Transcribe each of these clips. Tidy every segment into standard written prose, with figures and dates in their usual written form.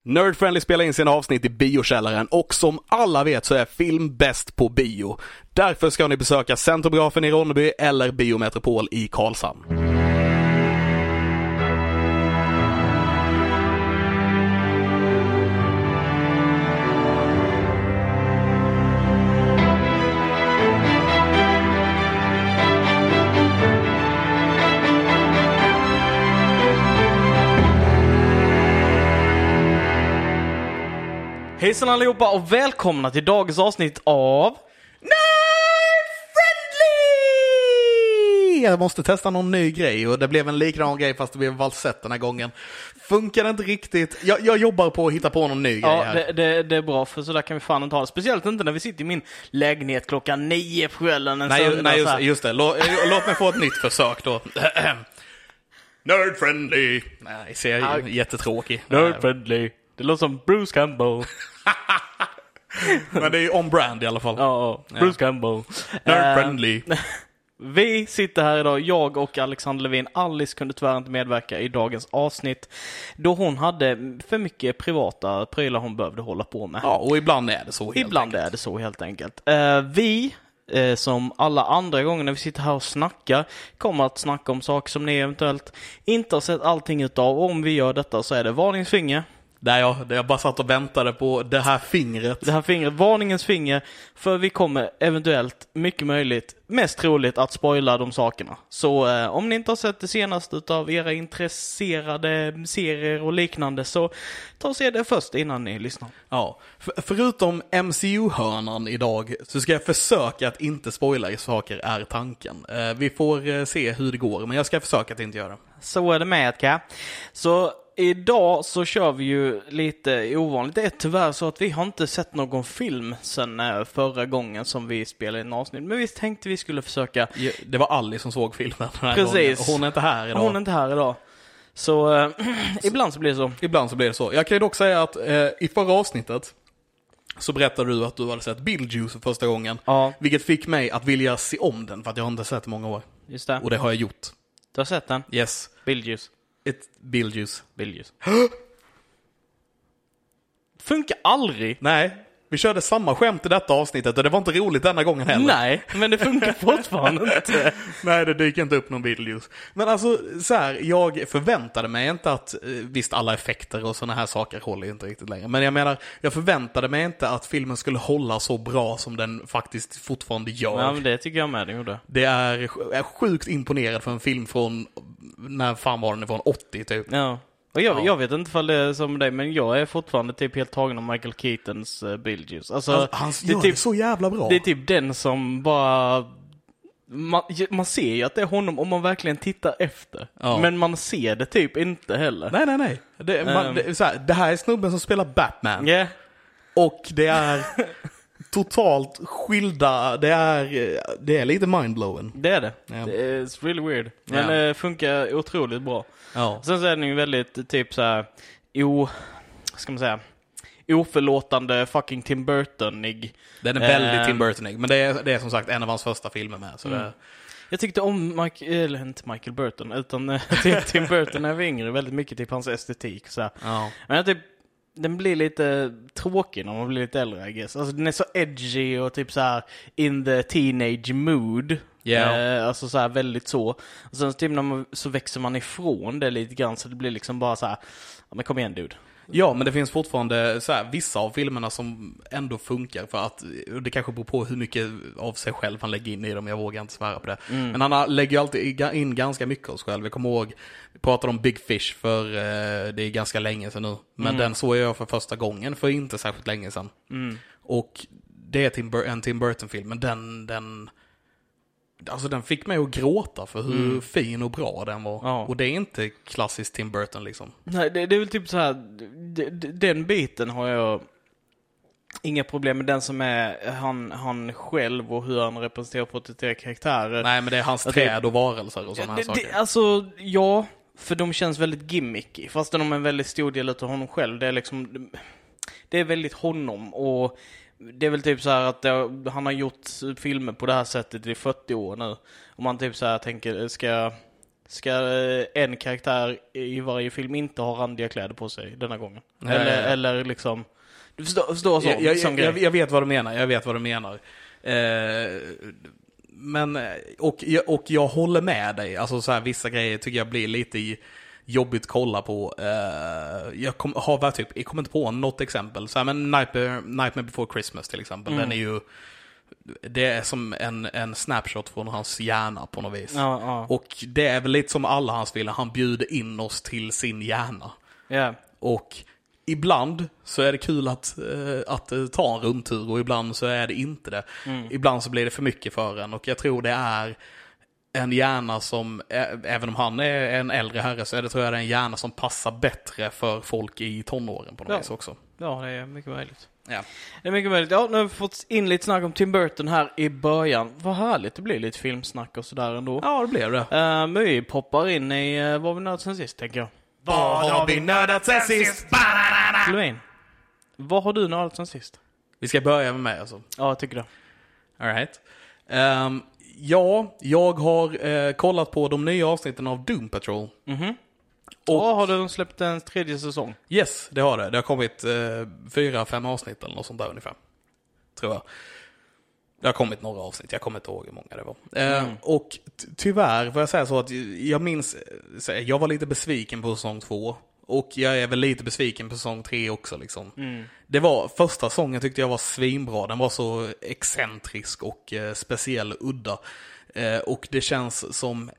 Nerd Friendly spelar in sina avsnitt i biokällaren och som alla vet så är film bäst på bio. Därför ska ni besöka Centrografen i Ronneby eller Biometropol i Karlshamn. Hejsan allihopa och välkomna till dagens avsnitt av Nerd Friendly! Jag måste testa någon ny grej och det blev en liknande grej fast det blev valsett den här gången. Funkar det inte riktigt. Jag jobbar på att hitta på någon ny grej här. Ja, det är bra för så där kan vi fan inte ha det. Speciellt inte när vi sitter i min lägenhet klockan 9 på kvällen en söndag. Nej, just det. Låt mig få ett nytt försök då. Nerd Friendly! Nej, ser jättetråkig. Nerd Friendly. Det låter som Bruce Campbell. Men det är ju on-brand i alla fall. Ja, Bruce Campbell. Nerd Friendly. Vi sitter här idag, jag och Alexander Levin. Alice kunde tyvärr inte medverka i dagens avsnitt då hon hade för mycket privata prylar hon behövde hålla på med. Ja, och ibland är det så helt enkelt. Vi, som alla andra gånger när vi sitter här och snackar, kommer att snacka om saker som ni eventuellt inte har sett allting utav. Och om vi gör detta så är det varningsfinger. Där jag bara satt och väntade på det här fingret. Det här fingret, varningens finger. För vi kommer eventuellt, mycket möjligt, mest troligt att spoila de sakerna. Så om ni inte har sett det senaste utav era intresserade serier och liknande, så ta och se det först innan ni lyssnar. Ja, förutom MCU-hörnan idag så ska jag försöka att inte spoila i saker är tanken. Vi får se hur det går, men jag ska försöka att inte göra det. Så är det med, Ka. Så idag så kör vi ju lite ovanligt. Det är tyvärr så att vi har inte sett någon film sen förra gången som vi spelade in avsnitt. Men vi tänkte vi skulle försöka. Det var Alice som såg filmen den här Precis. gången. Och hon är inte här idag. Så ibland så blir det så. Ibland så blir det så. Jag kan ju dock säga att i förra avsntet så berättade du att du hade sett Beetlejuice för första gången. Ja. Vilket fick mig att vilja se om den för att jag har inte sett den många år. Just det. Och det har jag gjort. Du har sett den? Yes. Beetlejuice. Beetlejuice. Funkar aldrig. Nej, vi körde samma skämt i detta avsnittet och det var inte roligt denna gången heller. Nej, men det funkar fortfarande inte. Nej, det dyker inte upp någon Beetlejuice. Men alltså, så här, jag förväntade mig inte att, visst alla effekter och såna här saker håller inte riktigt längre. Men jag menar, jag förväntade mig inte att filmen skulle hålla så bra som den faktiskt fortfarande gör. Ja, men det tycker jag med, det gjorde. Det är sjukt imponerad för en film från, när fan var den ifrån, 80 typ. Ja. Och jag vet inte ifall det är som dig, men jag är fortfarande typ helt tagen av Michael Keatons Beetlejuice. Alltså, det är typ så jävla bra. Det är typ den som bara... Man ser ju att det är honom om man verkligen tittar efter. Ja. Men man ser det typ inte heller. Nej. Det här är snubben som spelar Batman. Yeah. Och det är totalt skilda. Det är lite mindblowing. Det är det. Yeah. It's really weird. Men det funkar otroligt bra. Ja. Sen så är den ju väldigt typ så här ska man säga, oförlåtande fucking Tim Burtonig. Den är väldigt Tim Burtonig, men det är som sagt en av hans första filmer med. Så det... Jag tyckte om inte Michael Burton, utan Tim Burton när jag var yngre, väldigt mycket typ hans estetik. Så här. Ja. Men jag typ, den blir lite tråkig när man blir lite äldre, I guess. Alltså den är så edgy och typ så här in the teenage mood. Yeah. Alltså så här väldigt så. Och sen typ så växer man ifrån det lite grann, så det blir liksom bara så här, ja men kom igen dude. Ja, men det finns fortfarande så här, vissa av filmerna som ändå funkar för att det kanske beror på hur mycket av sig själv han lägger in i dem, jag vågar inte svära på det. Men han lägger ju alltid in ganska mycket av sig själv. Jag kommer ihåg, vi pratade om Big Fish för det är ganska länge sedan nu. Men den såg jag för första gången för inte särskilt länge sedan. Och det är en Tim Burton-film, men den fick mig att gråta för hur fin och bra den var. Ja. Och det är inte klassiskt Tim Burton liksom. Nej, det är väl typ så här, den biten har jag inga problem med, den som är han själv och hur han representerar på porträtterar karaktärer. Nej, men det är hans träd och varelser och sådana här saker. Alltså, ja, för de känns väldigt gimmicky. Fast de är en väldigt stor del av honom själv. Det är liksom, det är väldigt honom. Och det är väl typ så här att han har gjort filmer på det här sättet i 40 år nu. Om man typ så här tänker, ska ska en karaktär i varje film inte ha randiga kläder på sig denna gången. Nej. Eller liksom... Du förstår så, jag vet vad du menar. Men, och jag håller med dig. Alltså så här, vissa grejer tycker jag blir lite jobbigt att kolla på. Jag kommer inte på något exempel. Så här, men Nightmare Before Christmas till exempel. Den är ju... Det är som en snapshot från hans hjärna på något vis. Ja. Och det är väl lite som alla hans filmer. Han bjuder in oss till sin hjärna. Yeah. Och ibland så är det kul att ta en rundtur och ibland så är det inte det. Ibland så blir det för mycket för en. Och jag tror det är en hjärna som, även om han är en äldre herre, så tror jag det är en hjärna som passar bättre för folk i tonåren på något vis också. Ja, det är mycket möjligt. Ja. Det är mycket möjligt. Ja, nu har vi fått in lite snack om Tim Burton här i början. Vad härligt, det blir lite filmsnack och sådär ändå. Ja, det blev det. Men vi poppar in i vad vi nördat sen sist, tänker jag. Vad har vi nördat sen sist? Sylvain, vad har du nördat sen sist? Vi ska börja med mig alltså. Ja, jag tycker det. All right. Ja, jag har kollat på de nya avsnitten av Doom Patrol. Och har de släppt en 3:e säsong? Yes, det har det. Det har kommit 4-5 avsnitt eller något sånt där ungefär. Tror jag. Det har kommit några avsnitt. Jag kommer inte ihåg hur många det var. Och tyvärr får jag säga så att jag minns... Jag var lite besviken på säsong 2. Och jag är väl lite besviken på säsong 3 också liksom. Det var första säsongen tyckte jag var svinbra. Den var så excentrisk och speciell och udda. Och det känns som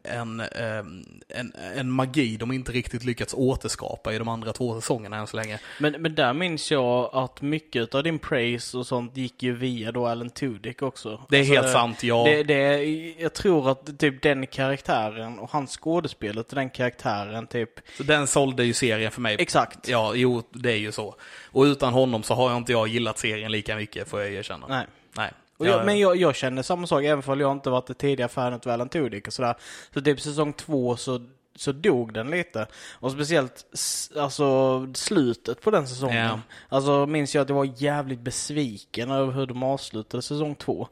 en magi de inte riktigt lyckats återskapa i de andra 2 säsongerna än så länge. Men där minns jag att mycket av din praise och sånt gick ju via då Alan Tudyk också. Det är helt sant, ja. Jag tror att typ den karaktären och hans skådespelet och den karaktären typ... Så den sålde ju serien för mig. Exakt. Ja, jo, det är ju så. Och utan honom så har jag gillat serien lika mycket, får jag erkänna. Nej. Men jag känner samma sak, även om jag inte varit det tidiga fanet av Alan Tudyk och sådär. Så typ säsong 2 så dog den lite. Och speciellt alltså slutet på den säsongen. Yeah. Alltså minns jag att jag var jävligt besviken över hur de avslutade säsong 2.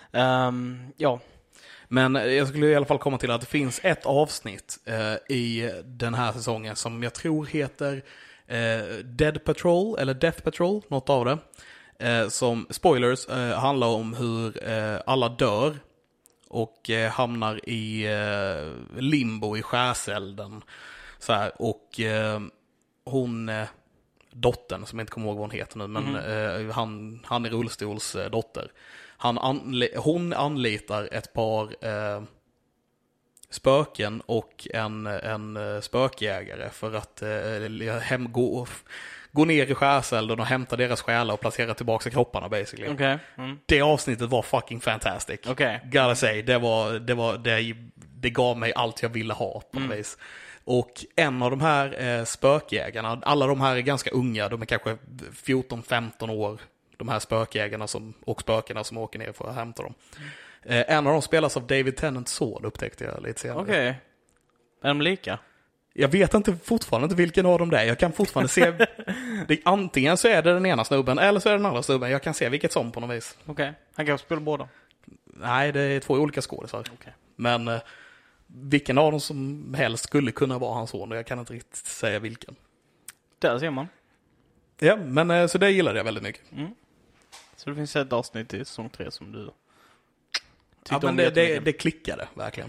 Ja. Men jag skulle i alla fall komma till att det finns ett avsnitt i den här säsongen som jag tror heter Dead Patrol eller Death Patrol, något av det. Som, spoilers, handlar om hur alla dör och hamnar i limbo i skärselden. Så här, och hon, dottern, som jag inte kommer ihåg vad hon heter nu, men han är rullstols dotter. Hon anlitar ett par spöken och en spökjägare för att gå ner i skärselden och hämta deras själar och placera tillbaka kropparna basically. Okay. Det avsnittet var fucking fantastic. Okay. Gotta say, det gav mig allt jag ville ha på något vis. Och en av de här spökjägarna, alla de här är ganska unga, de är kanske 14-15 år, de här spökjägarna och spökena som åker ner för att hämta dem. En av dem spelas av David Tennant Sword, upptäckte jag lite senare. Okej. Är de lika? Jag vet fortfarande inte vilken av dem det är. Jag kan fortfarande se... antingen så är det den ena snubben eller så är det den andra snubben. Jag kan se vilket som på något vis. Okej. Han kan spela båda? Nej, det är 2 olika skådisar. Okay. Men vilken av dem som helst skulle kunna vara hans son. Jag kan inte riktigt säga vilken. Där ser man. Ja, men så det gillade jag väldigt mycket. Så det finns ett avsnitt i säsong 3 som du... Ja, men det klickade verkligen.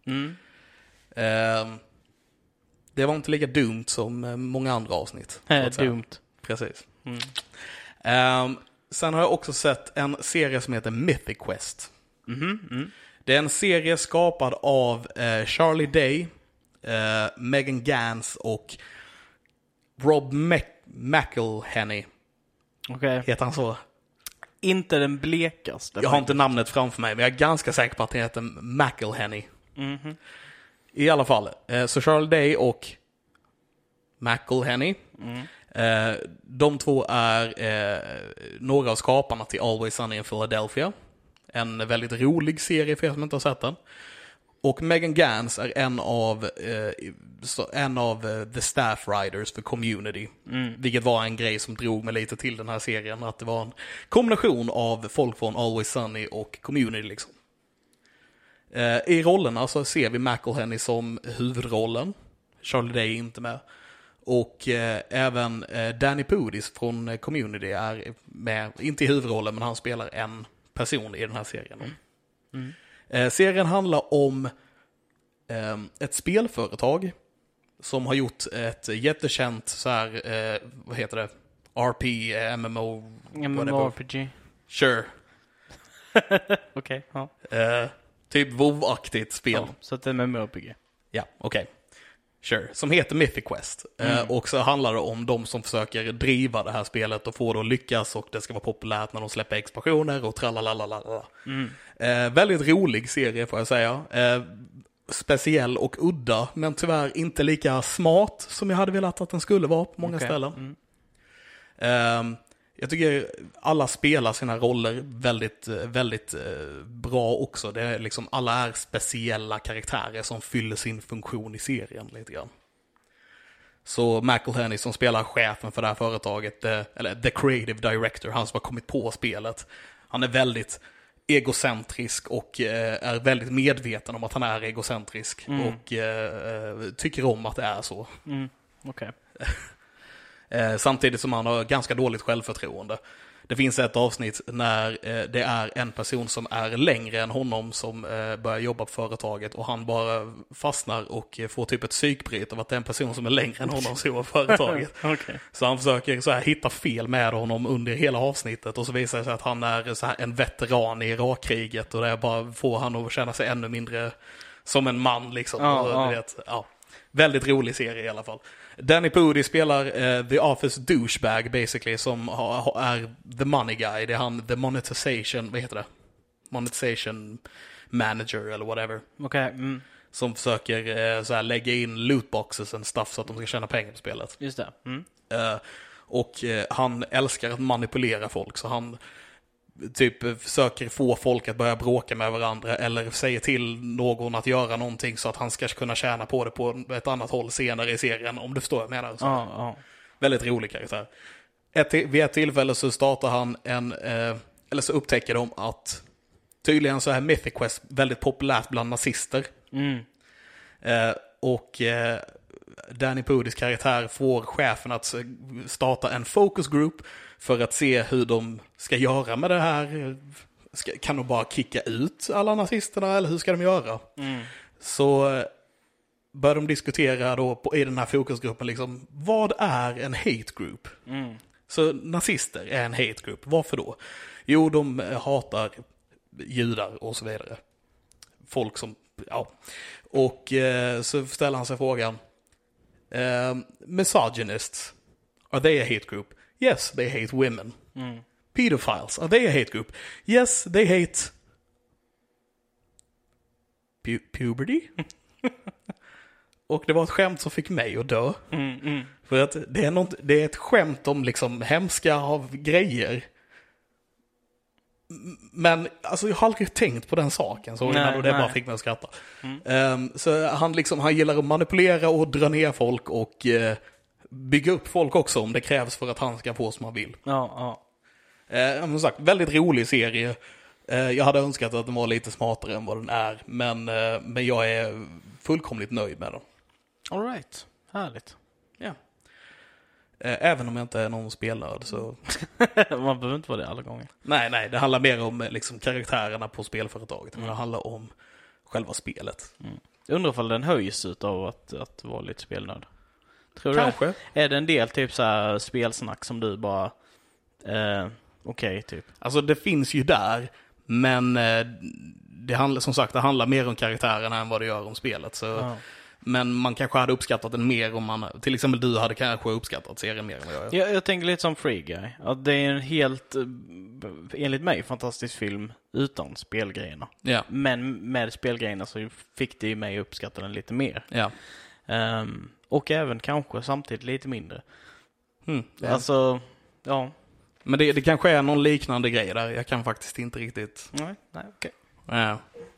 Det var inte lika dumt som många andra avsnitt. Dumt. Precis. Sen har jag också sett en serie som heter Mythic Quest. Det är en serie skapad av Charlie Day, Megan Gans och Rob McElhenney. Okay. Heter han så? Inte den blekaste. Jag har inte namnet framför mig, men jag är ganska säker på att han heter McElhenney. I alla fall, så Charlie Day och McElhenney, de två är några av skaparna till Always Sunny in Philadelphia. En väldigt rolig serie för er som inte har sett den. Och Megan Gans är en av the staff writers för Community. Vilket var en grej som drog mig lite till den här serien. Att det var en kombination av folk från Always Sunny och Community liksom. I rollerna så ser vi McElhenney som huvudrollen. Charlie Day är inte med. Och även Danny Pudis från Community är med, inte i huvudrollen, men han spelar en person i den här serien. Serien handlar om ett spelföretag som har gjort ett jättekänt så här, vad heter det? RP, MMO, MMORPG. Sure. Okej, ja. Typ WoW-aktigt spel. Ja, så att det är MMORPG. Ja, okej. Sure. Som heter Mythic Quest. Och så handlar det om de som försöker driva det här spelet och få det att lyckas, och det ska vara populärt när de släpper expansioner och tralalala. Väldigt rolig serie får jag säga. Speciell och udda, men tyvärr inte lika smart som jag hade velat att den skulle vara på många ställen. Jag tycker alla spelar sina roller väldigt, väldigt bra också. Det är liksom, alla är speciella karaktärer som fyller sin funktion i serien lite grann. Så McElhenney som spelar chefen för det här företaget, eller the creative director, han som har kommit på spelet, han är väldigt egocentrisk och är väldigt medveten om att han är egocentrisk och tycker om att det är så. Okej. Samtidigt som han har ganska dåligt självförtroende. Det finns ett avsnitt när det är en person som är längre än honom som börjar jobba på företaget, och han bara fastnar och får typ ett psykbryt av att det är en person som är längre än honom som jobbar på företaget. Okay. Så han försöker så här hitta fel med honom under hela avsnittet, och så visar det sig att han är så här en veteran i Irakkriget, och det bara får han att känna sig ännu mindre som en man liksom. Väldigt rolig serie i alla fall. Danny Pudi spelar The Office douchebag basically, som är the money guy. Det är han, the monetization, vad heter det? Monetization manager eller whatever. Okej. Som försöker så här lägga in lootboxes och stuff så att de ska tjäna pengar på spelet. Just det. Och han älskar att manipulera folk, så han typ försöker få folk att börja bråka med varandra, eller säger till någon att göra någonting så att han ska kunna tjäna på det på ett annat håll senare i serien, om du förstår vad jag menar. Väldigt rolig karaktär. Vid ett tillfälle så startar han eller så upptäcker de att tydligen så är Mythic Quest väldigt populärt bland nazister. Och Danny Pudis karaktär får chefen att starta en focus group för att se hur de ska göra med det här. Kan de bara kicka ut alla nazisterna, eller hur ska de göra? Så börjar de diskutera då i den här fokusgruppen liksom, vad är en hate group? Så nazister är en hate group. Varför då? Jo, de hatar judar och så vidare. Folk som, ja. Och så ställer han sig frågan, misogynists, are they a hate group? Yes, they hate women. Pedophiles, are they a hate group? Yes, they hate puberty. Och det var ett skämt som fick mig att dö. För att det är ett skämt om liksom hemska av grejer. Men alltså, jag har aldrig tänkt på den saken så innan, och det bara fick mig att skratta. Så han gillar att manipulera och dra ner folk och bygga upp folk också om det krävs för att han ska få som han vill. Som sagt, väldigt rolig serie. Jag hade önskat att den var lite smartare än vad den är, men jag är fullkomligt nöjd med den. All right, härligt. Ja. Även om jag inte är någon spelnörd så... Man behöver inte vara det alla gånger. Nej, det handlar mer om liksom karaktärerna på spelföretaget. Men det handlar om själva spelet. Jag undrar ifall den höjs ut av att vara lite spelnörd. Tror Kanske. du det? Är det en del typ så här spelsnack som du bara... Okej, typ. Alltså det finns ju där, men det handlar mer om karaktärerna än vad det gör om spelet. Så... Men man kanske hade uppskattat den mer om man... Till exempel du hade kanske uppskattat serien mer än vad jag gör. Jag tänker lite som Free Guy. Att det är en helt, enligt mig, fantastisk film utan spelgrejerna. Ja. Men med spelgrejerna så fick det ju mig uppskatta den lite mer. Ja. Och även kanske samtidigt lite mindre. Ja. Alltså, ja. Men det kanske är någon liknande grej där. Jag kan faktiskt inte riktigt... Nej, okej. Ja.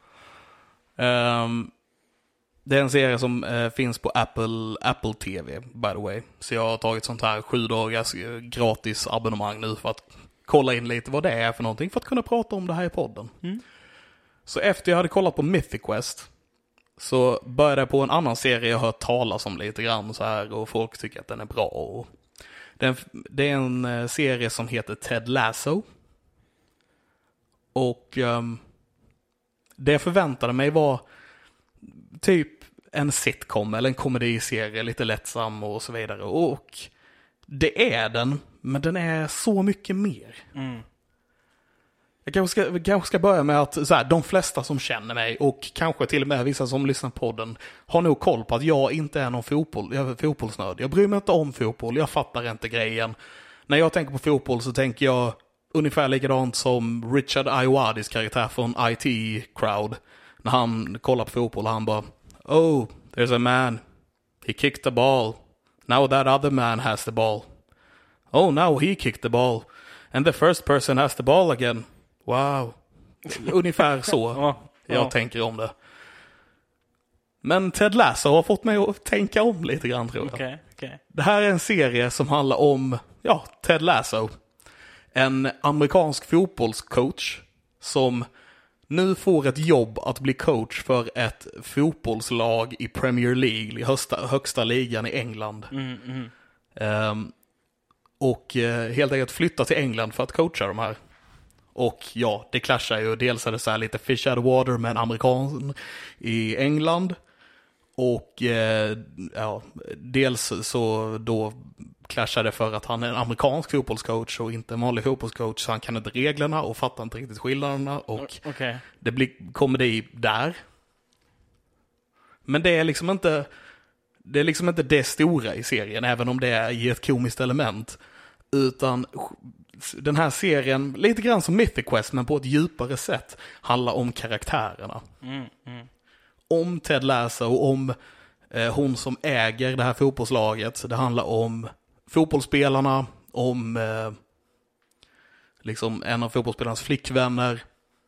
Det är en serie som finns på Apple TV, by the way. Så jag har tagit sånt här 7 dagars gratis abonnemang nu för att kolla in lite vad det är för någonting, för att kunna prata om det här i podden. Så efter jag hade kollat på Mythic Quest så började jag på en annan serie jag hört talas om lite grann så här, och folk tycker att den är bra. Och det är en serie som heter Ted Lasso. Och det jag förväntade mig var typ en sitcom eller en komediserie, lite lättsam och så vidare. Och det är den, men den är så mycket mer. Jag kanske ska börja med att så här, de flesta som känner mig och kanske till och med vissa som lyssnar på podden har nog koll på att jag inte är någon fotbollsnörd. Jag bryr mig inte om fotboll, jag fattar inte grejen. När jag tänker på fotboll så tänker jag ungefär likadant som Richard Ayoadis karaktär från IT Crowd. När han kollar på fotboll och han bara, oh, there's a man. He kicked the ball. Now that other man has the ball. Oh, now he kicked the ball. And the first person has the ball again. Wow. Ungefär så jag tänker om det. Men Ted Lasso har fått mig att tänka om lite grann, tror jag. Okay. Det här är en serie som handlar om, Ted Lasso. En amerikansk fotbollscoach som nu får ett jobb att bli coach för ett fotbollslag i Premier League, i högsta ligan i England. Och helt enkelt flytta till England för att coacha de här. Och det clashar ju. Dels är det så här lite fish out of water med en amerikan i England. Och dels så då clashar det för att han är en amerikansk fotbollscoach och inte en vanlig fotbollscoach, så han kan inte reglerna och fattar inte riktigt skillnaderna. Och det blir komedi där. Men det är liksom inte det stora i serien, även om det är i ett komiskt element. Utan den här serien, lite grann som Mythic Quest men på ett djupare sätt, handlar om karaktärerna. Om Ted Lasso och om hon som äger det här fotbollslaget. Det handlar om fotbollsspelarna, om liksom en av fotbollsspelarnas flickvänner.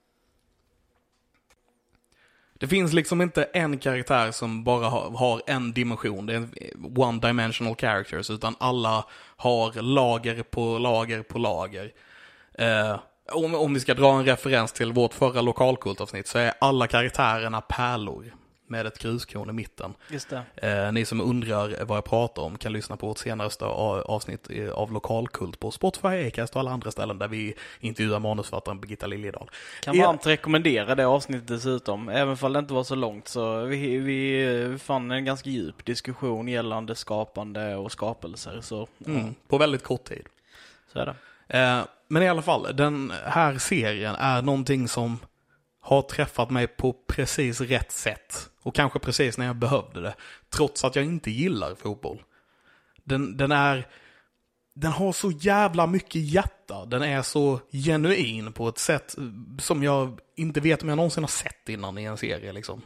Det finns liksom inte en karaktär som bara har en dimension. Det är one-dimensional characters, utan alla har lager på lager på lager. Om vi ska dra en referens till vårt förra lokalkultavsnitt så är alla karaktärerna pärlor med ett kruskorn i mitten. Just det. Ni som undrar vad jag pratar om kan lyssna på vårt senaste avsnitt av lokalkult på Spotify, Acast och alla andra ställen där vi intervjuar manusförfattaren Birgitta Liljedahl. Kan varmt rekommendera det avsnittet dessutom, även om det inte var så långt, så vi fann en ganska djup diskussion gällande skapande och skapelser. Så, på väldigt kort tid. Så är det. Men i alla fall, den här serien är någonting som har träffat mig på precis rätt sätt. Och kanske precis när jag behövde det. Trots att jag inte gillar fotboll. Den har så jävla mycket hjärta. Den är så genuin på ett sätt som jag inte vet om jag någonsin har sett innan i en serie. Liksom.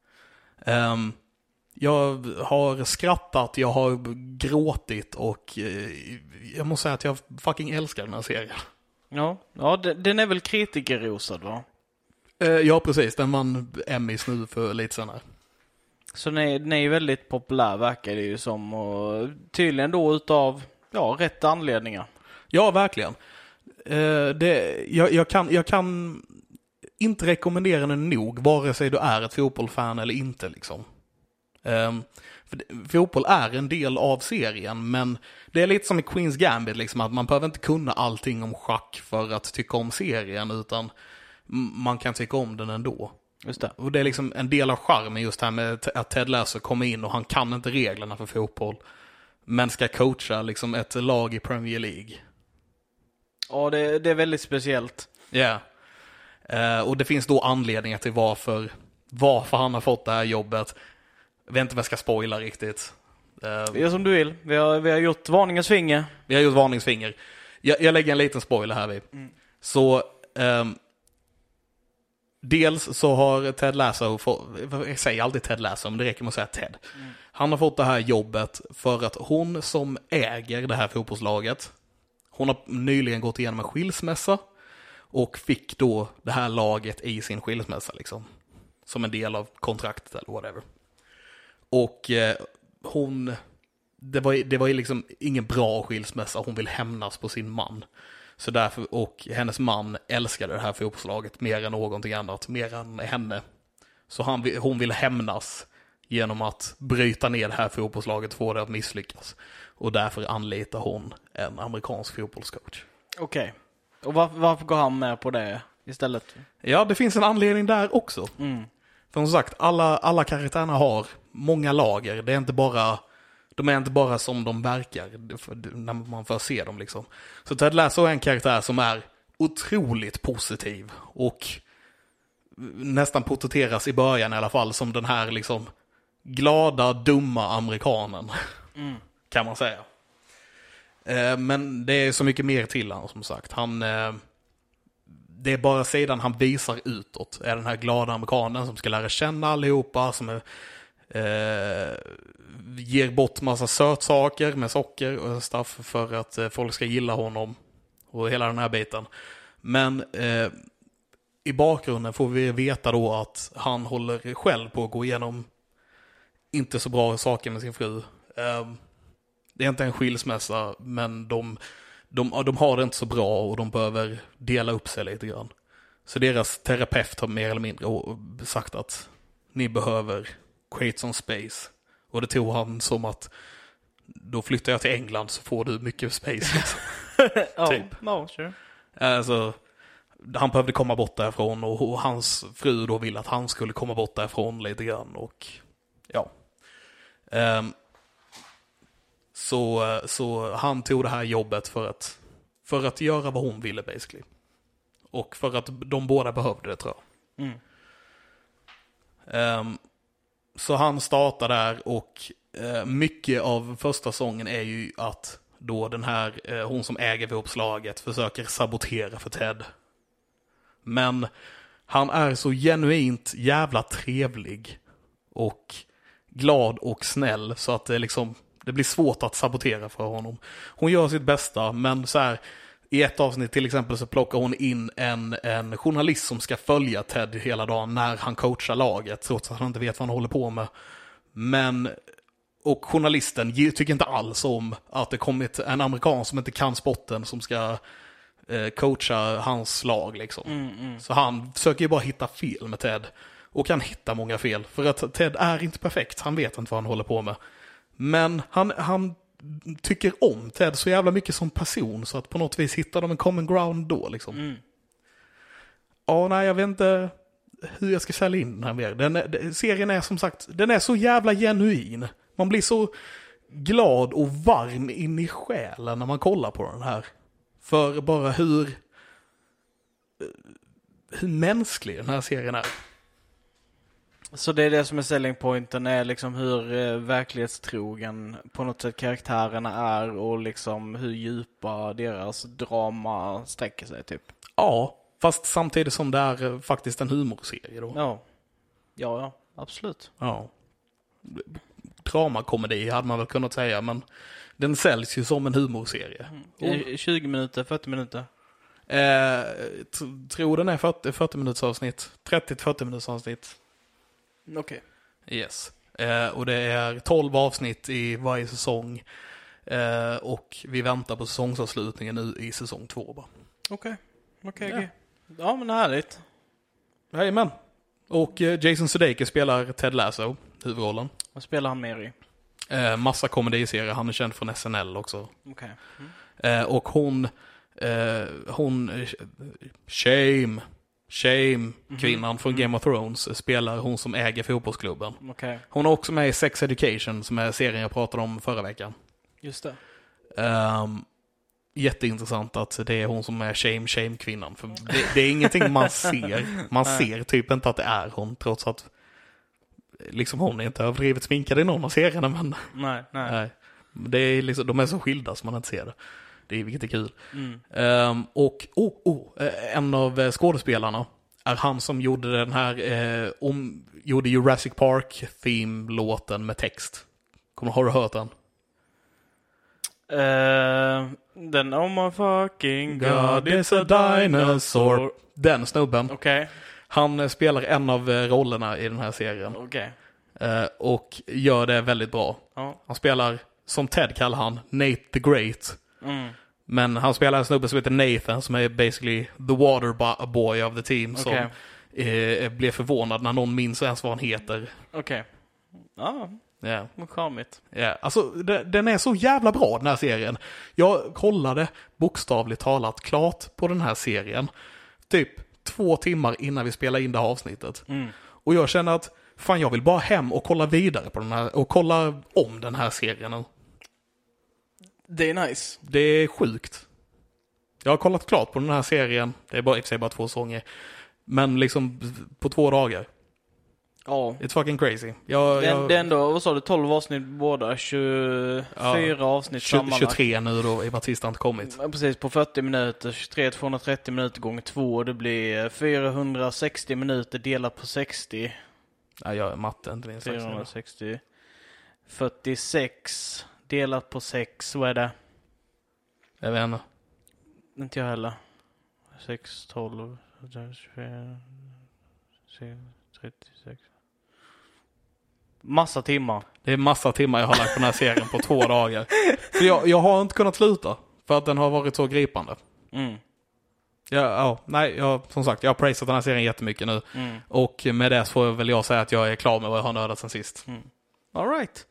Jag har skrattat, jag har gråtit och jag måste säga att jag fucking älskar den här serien. Ja, den är väl kritikerrosad, va? Ja, precis. Den vann Emmys nu för lite senare. Så den är väldigt populär, verkar det ju som. Och tydligen då utav rätt anledningar. Ja, verkligen. Jag kan inte rekommendera den nog, vare sig du är ett fotbollsfan eller inte. Liksom. För fotboll är en del av serien, men det är lite som i Queen's Gambit. Liksom, att man behöver inte kunna allting om schack för att tycka om serien, utan man kan tycka om den ändå. Just det. Och det är liksom en del av charmen just här med att Ted Lasso kommer in och han kan inte reglerna för fotboll, men ska coacha liksom ett lag i Premier League. Ja, det är väldigt speciellt. Ja. Och det finns då anledningar till varför han har fått det här jobbet. Jag vet inte vad jag ska spoila riktigt. Det är som du vill. Vi har gjort varningens finger. Vi har gjort varningens finger. Jag lägger en liten spoiler här vid. Så dels så har Ted Lasso jag säger alltid Ted Lasso, men det räcker med att säga Ted. Han har fått det här jobbet för att hon som äger det här fotbollslaget, hon har nyligen gått igenom en skilsmässa och fick då det här laget i sin skilsmässa liksom. Som en del av kontraktet eller whatever. Och det var ju liksom ingen bra skilsmässa. Hon vill hämnas på sin man. Så därför, och hennes man älskade det här fotbollslaget mer än någonting annat, mer än henne. Så hon vill hämnas genom att bryta ner det här fotbollslaget och få det att misslyckas. Och därför anlitar hon en amerikansk fotbollscoach. Okej. Och varför går han med på det istället? Ja, det finns en anledning där också. För som sagt, alla karaktärerna har många lager. De är inte bara som de verkar när man får se dem liksom. Så Ted Lasso är en karaktär som är otroligt positiv och nästan porträtteras i början i alla fall som den här liksom glada, dumma amerikanen. Kan man säga. Men det är så mycket mer till han som sagt. Det är bara sedan han visar utåt är den här glada amerikanen som ska lära känna allihopa, som ger bort massa sötsaker med socker och stuff för att folk ska gilla honom och hela den här biten. Men i bakgrunden får vi veta då att han håller själv på att gå igenom inte så bra saker med sin fru. Det är inte en skilsmässa, men de har det inte så bra och de behöver dela upp sig lite grann. Så deras terapeut har mer eller mindre sagt att ni behöver create some space. Och det tog han som att då flyttar jag till England så får du mycket space. Liksom. Typ. Sure. Alltså, han behövde komma bort därifrån och hans fru då ville att han skulle komma bort därifrån lite grann. Och ja. Så han tog det här jobbet för att göra vad hon ville basically. Och för att de båda behövde det, tror jag. Så han startar där och mycket av första sången är ju att då den här, hon som äger fotbollslaget försöker sabotera för Ted. Men han är så genuint jävla trevlig och glad och snäll så att det blir svårt att sabotera för honom. Hon gör sitt bästa, men så här, i ett avsnitt till exempel så plockar hon in en journalist som ska följa Ted hela dagen när han coachar laget, trots att han inte vet vad han håller på med. Och journalisten tycker inte alls om att det kommit en amerikan som inte kan sporten som ska coacha hans lag liksom. Så han försöker ju bara hitta fel med Ted. Och han hittar många fel, för att Ted är inte perfekt, han vet inte vad han håller på med. Men han tycker om Ted så jävla mycket som person så att på något vis hittar de en common ground då liksom. Ja, nej, jag vet inte hur jag ska sälja in den här mer. Serien är som sagt, den är så jävla genuin. Man blir så glad och varm in i själen när man kollar på den här. För bara hur mänsklig den här serien är. Så det är det som är selling pointen, är liksom hur verklighetstrogen på något sätt karaktärerna är och liksom hur djupa deras drama sträcker sig typ. Ja, fast samtidigt som det är faktiskt en humorserie då. Ja, absolut. Ja. Dramakomedi hade man väl kunnat säga, men den säljs ju som en humorserie. 20 minuter, 40 minuter? Tror den är 40 minuters avsnitt. 30-40 minuters avsnitt. Okej. Yes. Och det är 12 avsnitt i varje säsong. Och vi väntar på säsongsavslutningen nu i säsong 2 bara. Okej. Ja, men härligt. Jajamän. Och Jason Sudeikis spelar Ted Lasso, huvudrollen. Vad spelar han mer i? Massa komediserier, han är känd från SNL också. Okej. Och hon Shame, kvinnan från Game of Thrones, spelar hon som äger fotbollsklubben. Okay. Hon är också med i Sex Education, som är serien jag pratade om förra veckan. Just det. Jätteintressant att det är hon som är Shame-kvinnan. För det är ingenting man ser. Man ser typ inte att det är hon, trots att liksom hon är inte överdrivet sminkad i någon av serierna. Men nej. Det är liksom, de är så skilda som man inte ser det. Det är vilket är kul. Och en av skådespelarna är han som gjorde den här gjorde Jurassic Park theme-låten med text. Har du hört den? Den Oh my fucking God is a dinosaur. Den snubben. Okay. Han spelar en av rollerna i den här serien. Okay. Och gör det väldigt bra. Han spelar, som Ted kallar han, Nate the Great. Men han spelar en snubbe som heter Nathan, som är basically the water boy of the team, som blev förvånad när någon minns ens vad han heter. Okej. Ja, charmigt. Ja, alltså den är så jävla bra, den här serien. Jag kollade bokstavligt talat klart på den här serien typ 2 timmar innan vi spelade in det här avsnittet. Och jag känner att fan, jag vill bara hem och kolla vidare på den här och kolla om den här serien. Det är nice. Det är sjukt. Jag har kollat klart på den här serien. Det är bara, i och för sig bara 2 säsonger. Men liksom på 2 dagar. Ja. It's fucking crazy. Det är ändå, vad sa du, 12 avsnitt båda, 24 avsnitt sammanlagt. 23 nu då, i och med att sista inte kommit. Precis, på 40 minuter, 23, 230 minuter gånger 2, det blir 460 minuter delat på 60. Ja, jag är matte, inte minst. 460. 46 delat på 6, vad är det? Jag vet inte. Inte jag heller. 6, 12, 24, 36. Massa timmar. Det är massa timmar jag har lagt på den här serien på 2 dagar. För jag har inte kunnat sluta. För att den har varit så gripande. Som sagt, jag har praisat den här serien jättemycket nu. Och med det så får väl jag säga att jag är klar med vad jag har nördat sen sist. All right.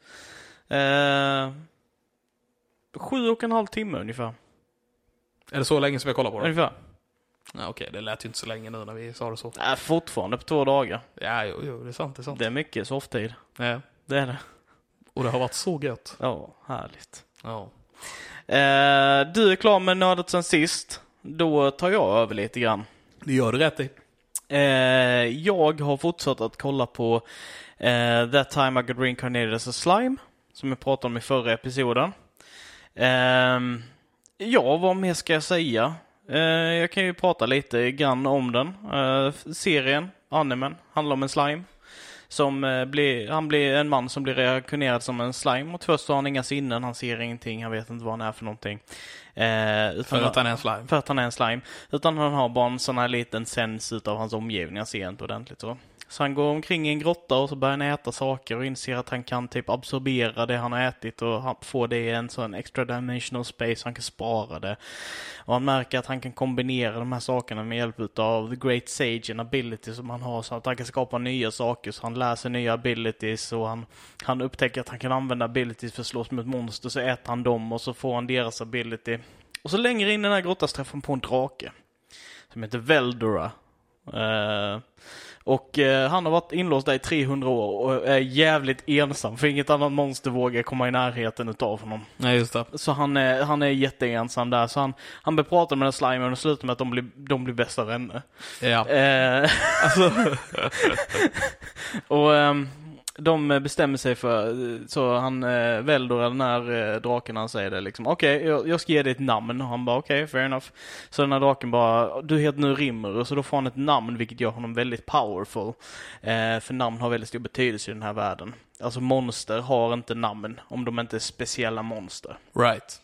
7,5 timmar ungefär. Är det så länge som jag kollar på det? Ungefär. Ja, okej, det lät ju inte så länge nu när vi sa det så. Nej, fortfarande på 2 dagar. Ja, jo, det är sant. Det är mycket softtid. Ja. Det är det. Och det har varit så gött. Ja, härligt. Ja. Du är klar med nördat sen sist. Då tar jag över lite grann. Det gör du rätt i. Jag har fortsatt att kolla på That Time I Got Reincarnated as a Slime, som jag pratade om i förra episoden. Vad mer ska jag säga? Jag kan ju prata lite grann om den. Serien, animen, handlar om en slime. Han blir en man som blir reinkarnerad som en slime. Och först har han inga sinnen, han ser ingenting, han vet inte vad han är för någonting. För att han är en slime. För att han är en slime. Utan han har bara en sån här liten sens utav hans omgivning, han ser inte ordentligt så. Så han går omkring i en grotta och så börjar han äta saker och inser att han kan typ absorbera det han har ätit och han får det i en sån extra dimensional space, han kan spara det. Och han märker att han kan kombinera de här sakerna med hjälp av the great sage and abilities som han har, så att han kan skapa nya saker. Så han lär sig nya abilities och han upptäcker att han kan använda abilities för att slåss mot monster, så äter han dem och så får han deras ability. Och så längre in i den här grottan träffar han på en drake som heter Veldora. Och han har varit inlåst där i 300 år och är jävligt ensam, för inget annat monster vågar komma i närheten utav honom. Nej, just det. Så han är jätteensam där. Så han börjar prata med den slimen och slutar med att de blir bästa vänner. Ja. Och de bestämmer sig för, så han Veldor, den här draken, han säger det liksom, okej, jag ska ge dig ett namn. Och han bara, okej, fair enough. Så den här draken bara, du heter nu Rimmer, och så då får han ett namn, vilket gör honom väldigt powerful. För namn har väldigt stor betydelse i den här världen. Alltså monster har inte namn om de inte är speciella monster. Right.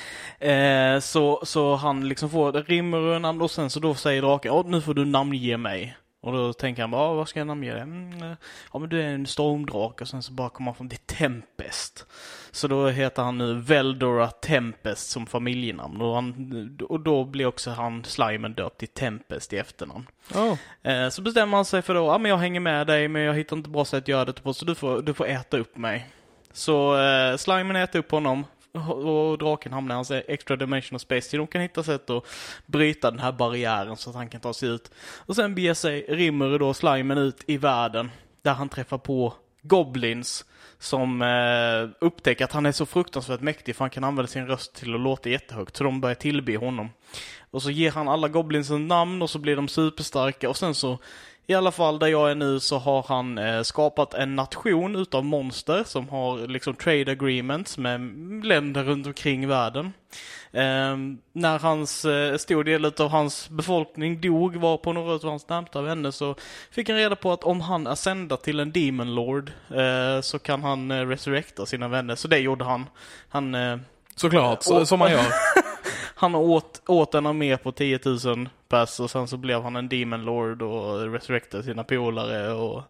Så han liksom får Rimmer och namn, och sen så då säger draken, nu får du namnge mig. Och då tänker han bara, vad ska jag namnge det? Ja, men du är en stormdrake. Och sen så bara kommer han från det Tempest. Så då heter han nu Veldora Tempest som familjenamn. Och då blir också han slimen döpt till Tempest i efternamn. Så bestämmer han sig för då, men jag hänger med dig, men jag hittar inte bra sätt att göra det på, så du får äta upp mig. Så slimen äter upp honom. Och draken hamnar i hans extra dimensional space, till de kan hitta sätt att bryta den här barriären så att han kan ta sig ut. Och sen beger sig Rimmer då slimen ut i världen, där han träffar på goblins som upptäcker att han är så fruktansvärt mäktig, för han kan använda sin röst till att låta jättehögt, så de börjar tillbe honom. Och så ger han alla goblins en namn och så blir de superstarka, och sen så i alla fall där jag är nu så har han skapat en nation utav monster som har liksom trade agreements med länder runt omkring världen. När hans stor del av hans befolkning dog, var på några av hans närmsta vänner, så fick han reda på att om han ascendar till en demon lord så kan han resurrecta sina vänner. Så det gjorde han. Såklart, som man gör. Han åt en armé på 10 000 pass, och sen så blev han en demon lord och resurrectade sina polare och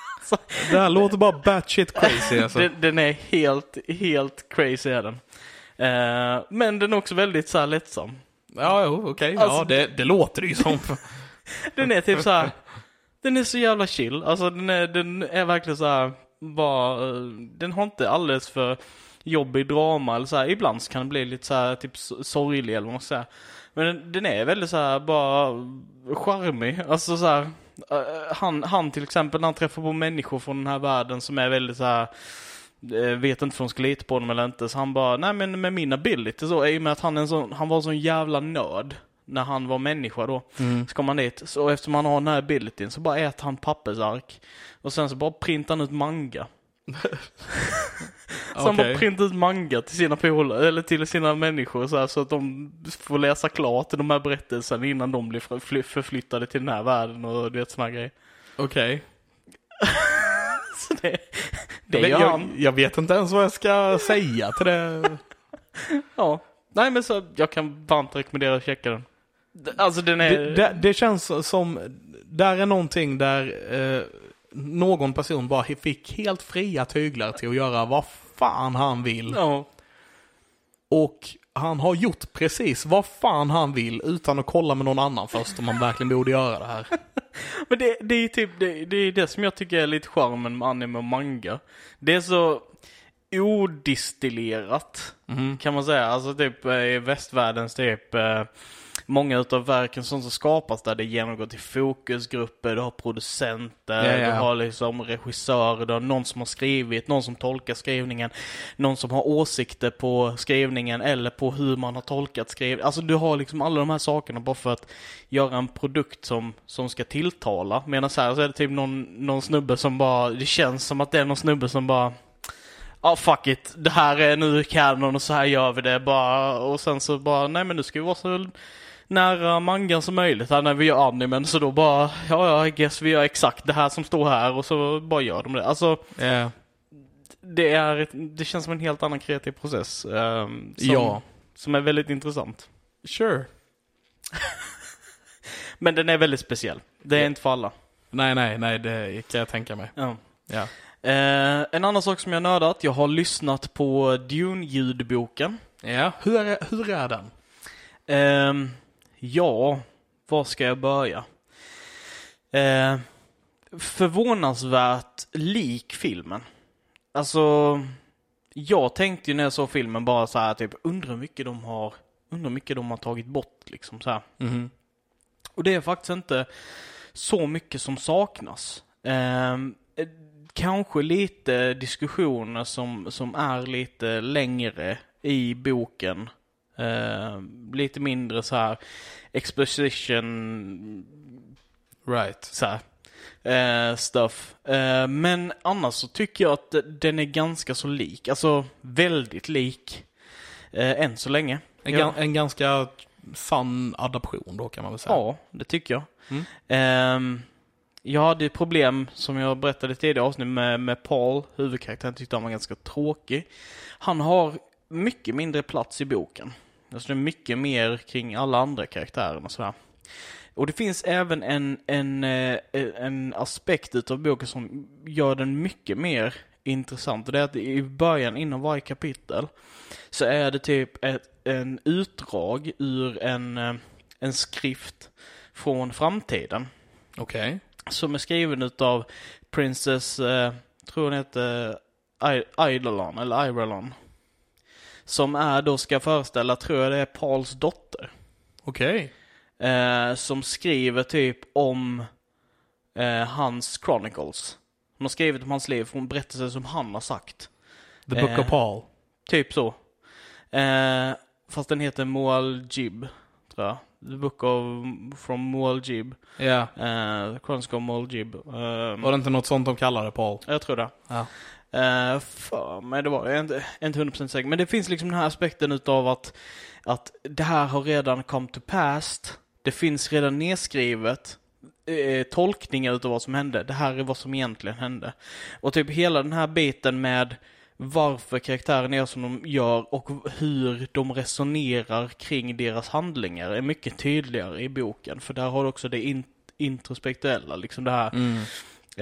Det här låter bara batshit crazy alltså. Den är helt crazy är den. Men den är också väldigt så här lättsam. Ja, okej. Alltså, ja, det låter ju som. Den är typ så här. Den är så jävla chill. Alltså den är verkligen så här. Den har inte alldeles för jobbig drama eller så här. Ibland så kan det bli lite så här typ sorglig eller vad man ska säga. Men den är väldigt så här bara charmig. Alltså så här, han till exempel när han träffar på människor från den här världen som är väldigt så här, vet inte om de ska lita på dem eller inte, så han bara, nej men med min ability så, i och med att han var en sån jävla nörd när han var människa då, så kom han dit, så eftersom han har den här abilityn så bara äter han pappersark och sen så bara printar han ut manga. Så han bara printar ut manga till sina polare eller till sina människor så, här, så att de får läsa klart de här berättelserna innan de blir förflyttade till den här världen och du vet såna grejer. Okej. Så det gör han. Jag vet inte ens vad jag ska säga till det. Ja. Nej men så jag kan varmt rekommendera att checka den. Alltså den är... Det känns som där är någonting där någon person bara fick helt fria tyglar till att göra vad fan han vill. Ja. Och han har gjort precis vad fan han vill utan att kolla med någon annan först om man verkligen borde göra det här. Men det är typ det är det som jag tycker är lite charmen med anime och manga. Det är så odistillerat kan man säga. Alltså typ i västvärldens typ många utav verken som skapas där det genomgår till fokusgrupper, du har producenter, du har liksom regissörer, du har någon som har skrivit, någon som tolkar skrivningen, någon som har åsikter på skrivningen eller på hur man har tolkat skrivningen. Alltså du har liksom alla de här sakerna bara för att göra en produkt som ska tilltala. Medan så är det typ någon snubbe som bara, det känns som att det är någon snubbe som bara fuck it, det här är nu kanon och så här gör vi det bara, och sen så bara, nej men nu ska vi vara så nära mangan som möjligt här när vi gör animen, så då bara, I guess vi gör exakt det här som står här och så bara gör de det. Alltså, det känns som en helt annan kreativ process som är väldigt intressant. Sure. Men den är väldigt speciell. Det är inte för alla. Nej, det kan jag tänka mig. Ja. En annan sak som jag nördat, jag har lyssnat på Dune-ljudboken. Ja, hur är den? Var ska jag börja? Förvånansvärt lik filmen. Alltså, jag tänkte ju när jag såg filmen bara så här typ, undrar mycket de har tagit bort liksom så här. Och det är faktiskt inte så mycket som saknas. Kanske lite diskussioner som är lite längre i boken. Lite mindre så här exposition så här, stuff. Men annars så tycker jag att den är ganska så lik. Alltså väldigt lik än så länge. En ganska sann adaption då kan man väl säga. Ja, det tycker jag. Jag hade ett problem som jag berättade tidigare avsnitt med Paul, huvudkaraktären, tyckte han var ganska tråkig. Han har mycket mindre plats i boken. Alltså det är mycket mer kring alla andra karaktärer och sådär. Och det finns även en aspekt utav boken som gör den mycket mer intressant. Och det är att i början, inom varje kapitel, så är det typ en utdrag ur en skrift från framtiden. Okej. Som är skriven utav Princess, tror hon heter Eidolon eller Iberlon. Som då ska föreställa, tror jag det är Pauls dotter. Okej. Som skriver typ om hans chronicles. Hon har skrivit om hans liv från berättelser som han har sagt. The Book of Paul. Typ så. Fast den heter Muad'Dib, tror jag. The Book from Muad'Dib. Ja. Chronicles of Muad'Dib. Var det inte något sånt de kallar det, Paul? Jag tror det. Ja. Men det var jag inte 100% säker. Men det finns liksom den här aspekten utav att det här har redan come to pass. Det finns redan nedskrivet tolkningar utav vad som hände. Det här är vad som egentligen hände. Och typ hela den här biten med varför karaktären är som de gör och hur de resonerar kring deras handlingar är mycket tydligare i boken. För där har du också det introspektuella, liksom det här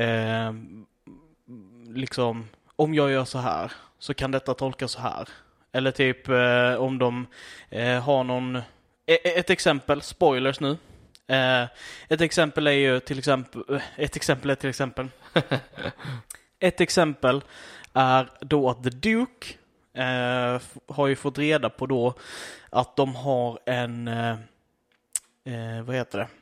liksom, om jag gör så här så kan detta tolkas så här. Eller typ om de har någon... Ett exempel, spoilers nu. Ett exempel är ju till exempel... Ett exempel är då att The Duke har ju fått reda på då att de har en... vad heter det?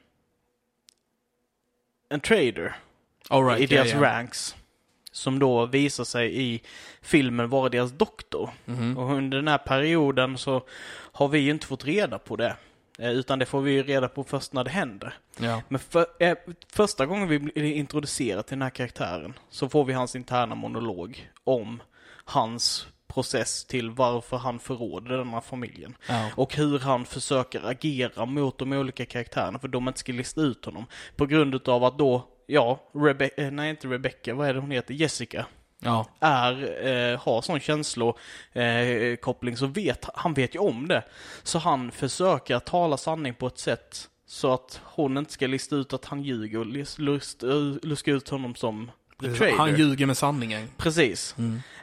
En trader i deras ranks. Som då visar sig i filmen vara deras doktor. Och under den här perioden så har vi ju inte fått reda på det. Utan det får vi ju reda på först när det händer. Ja. Men första gången vi blir introducerade till den här karaktären så får vi hans interna monolog om hans process till varför han förråder den här familjen. Ja. Och hur han försöker agera mot de olika karaktärerna för de inte ska lista ut honom. På grund av att då, inte Rebecca, vad är det hon heter? Jessica. Ja. Har sån känslokoppling så han vet ju om det. Så han försöker tala sanning på ett sätt så att hon inte ska lista ut att han ljuger och luska ut honom som the trader. Han ljuger med sanningen. Precis.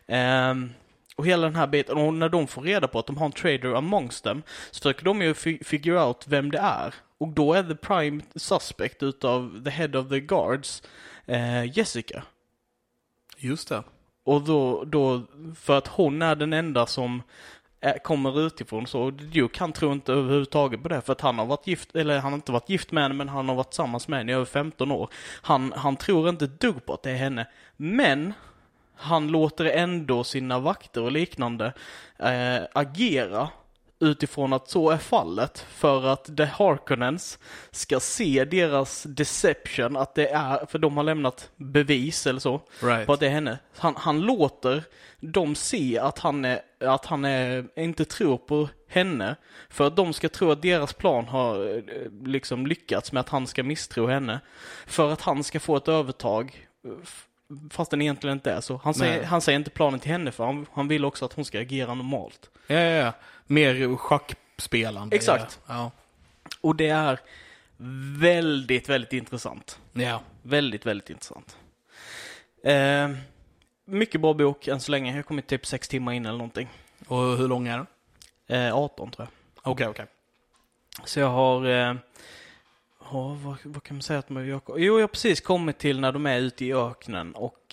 Och hela den här biten, och när de får reda på att de har en trader amongst them så försöker de ju figure out vem det är. Och då är the prime suspect utav the head of the guards Jessica. Just det. Och då för att hon är den enda som kommer utifrån så Duke kan tro inte överhuvudtaget på det för att han har varit gift, eller han har inte varit gift med henne men han har varit tillsammans med henne i över 15 år. Han tror inte ett dugg på att det är henne. Men han låter ändå sina vakter och liknande agera utifrån att så är fallet för att The Harkonnens ska se deras deception att det är, för de har lämnat bevis eller så på att det är henne. Han låter dem se att han inte tror på henne för att de ska tro att deras plan har liksom lyckats med att han ska misstro henne för att han ska få ett övertag fast den egentligen inte är så. Han säger inte planen till henne för han vill också att hon ska agera normalt. Ja. Mer schackspelande. Exakt. Ja. Och det är väldigt, väldigt intressant. Ja. Väldigt, väldigt intressant. Mycket bra bok än så länge. Jag har kommit typ 6 timmar in eller någonting. Och hur lång är den? 18 tror jag. Okej. Så jag har... vad kan man säga att jag har precis kommit till när de är ute i öknen och...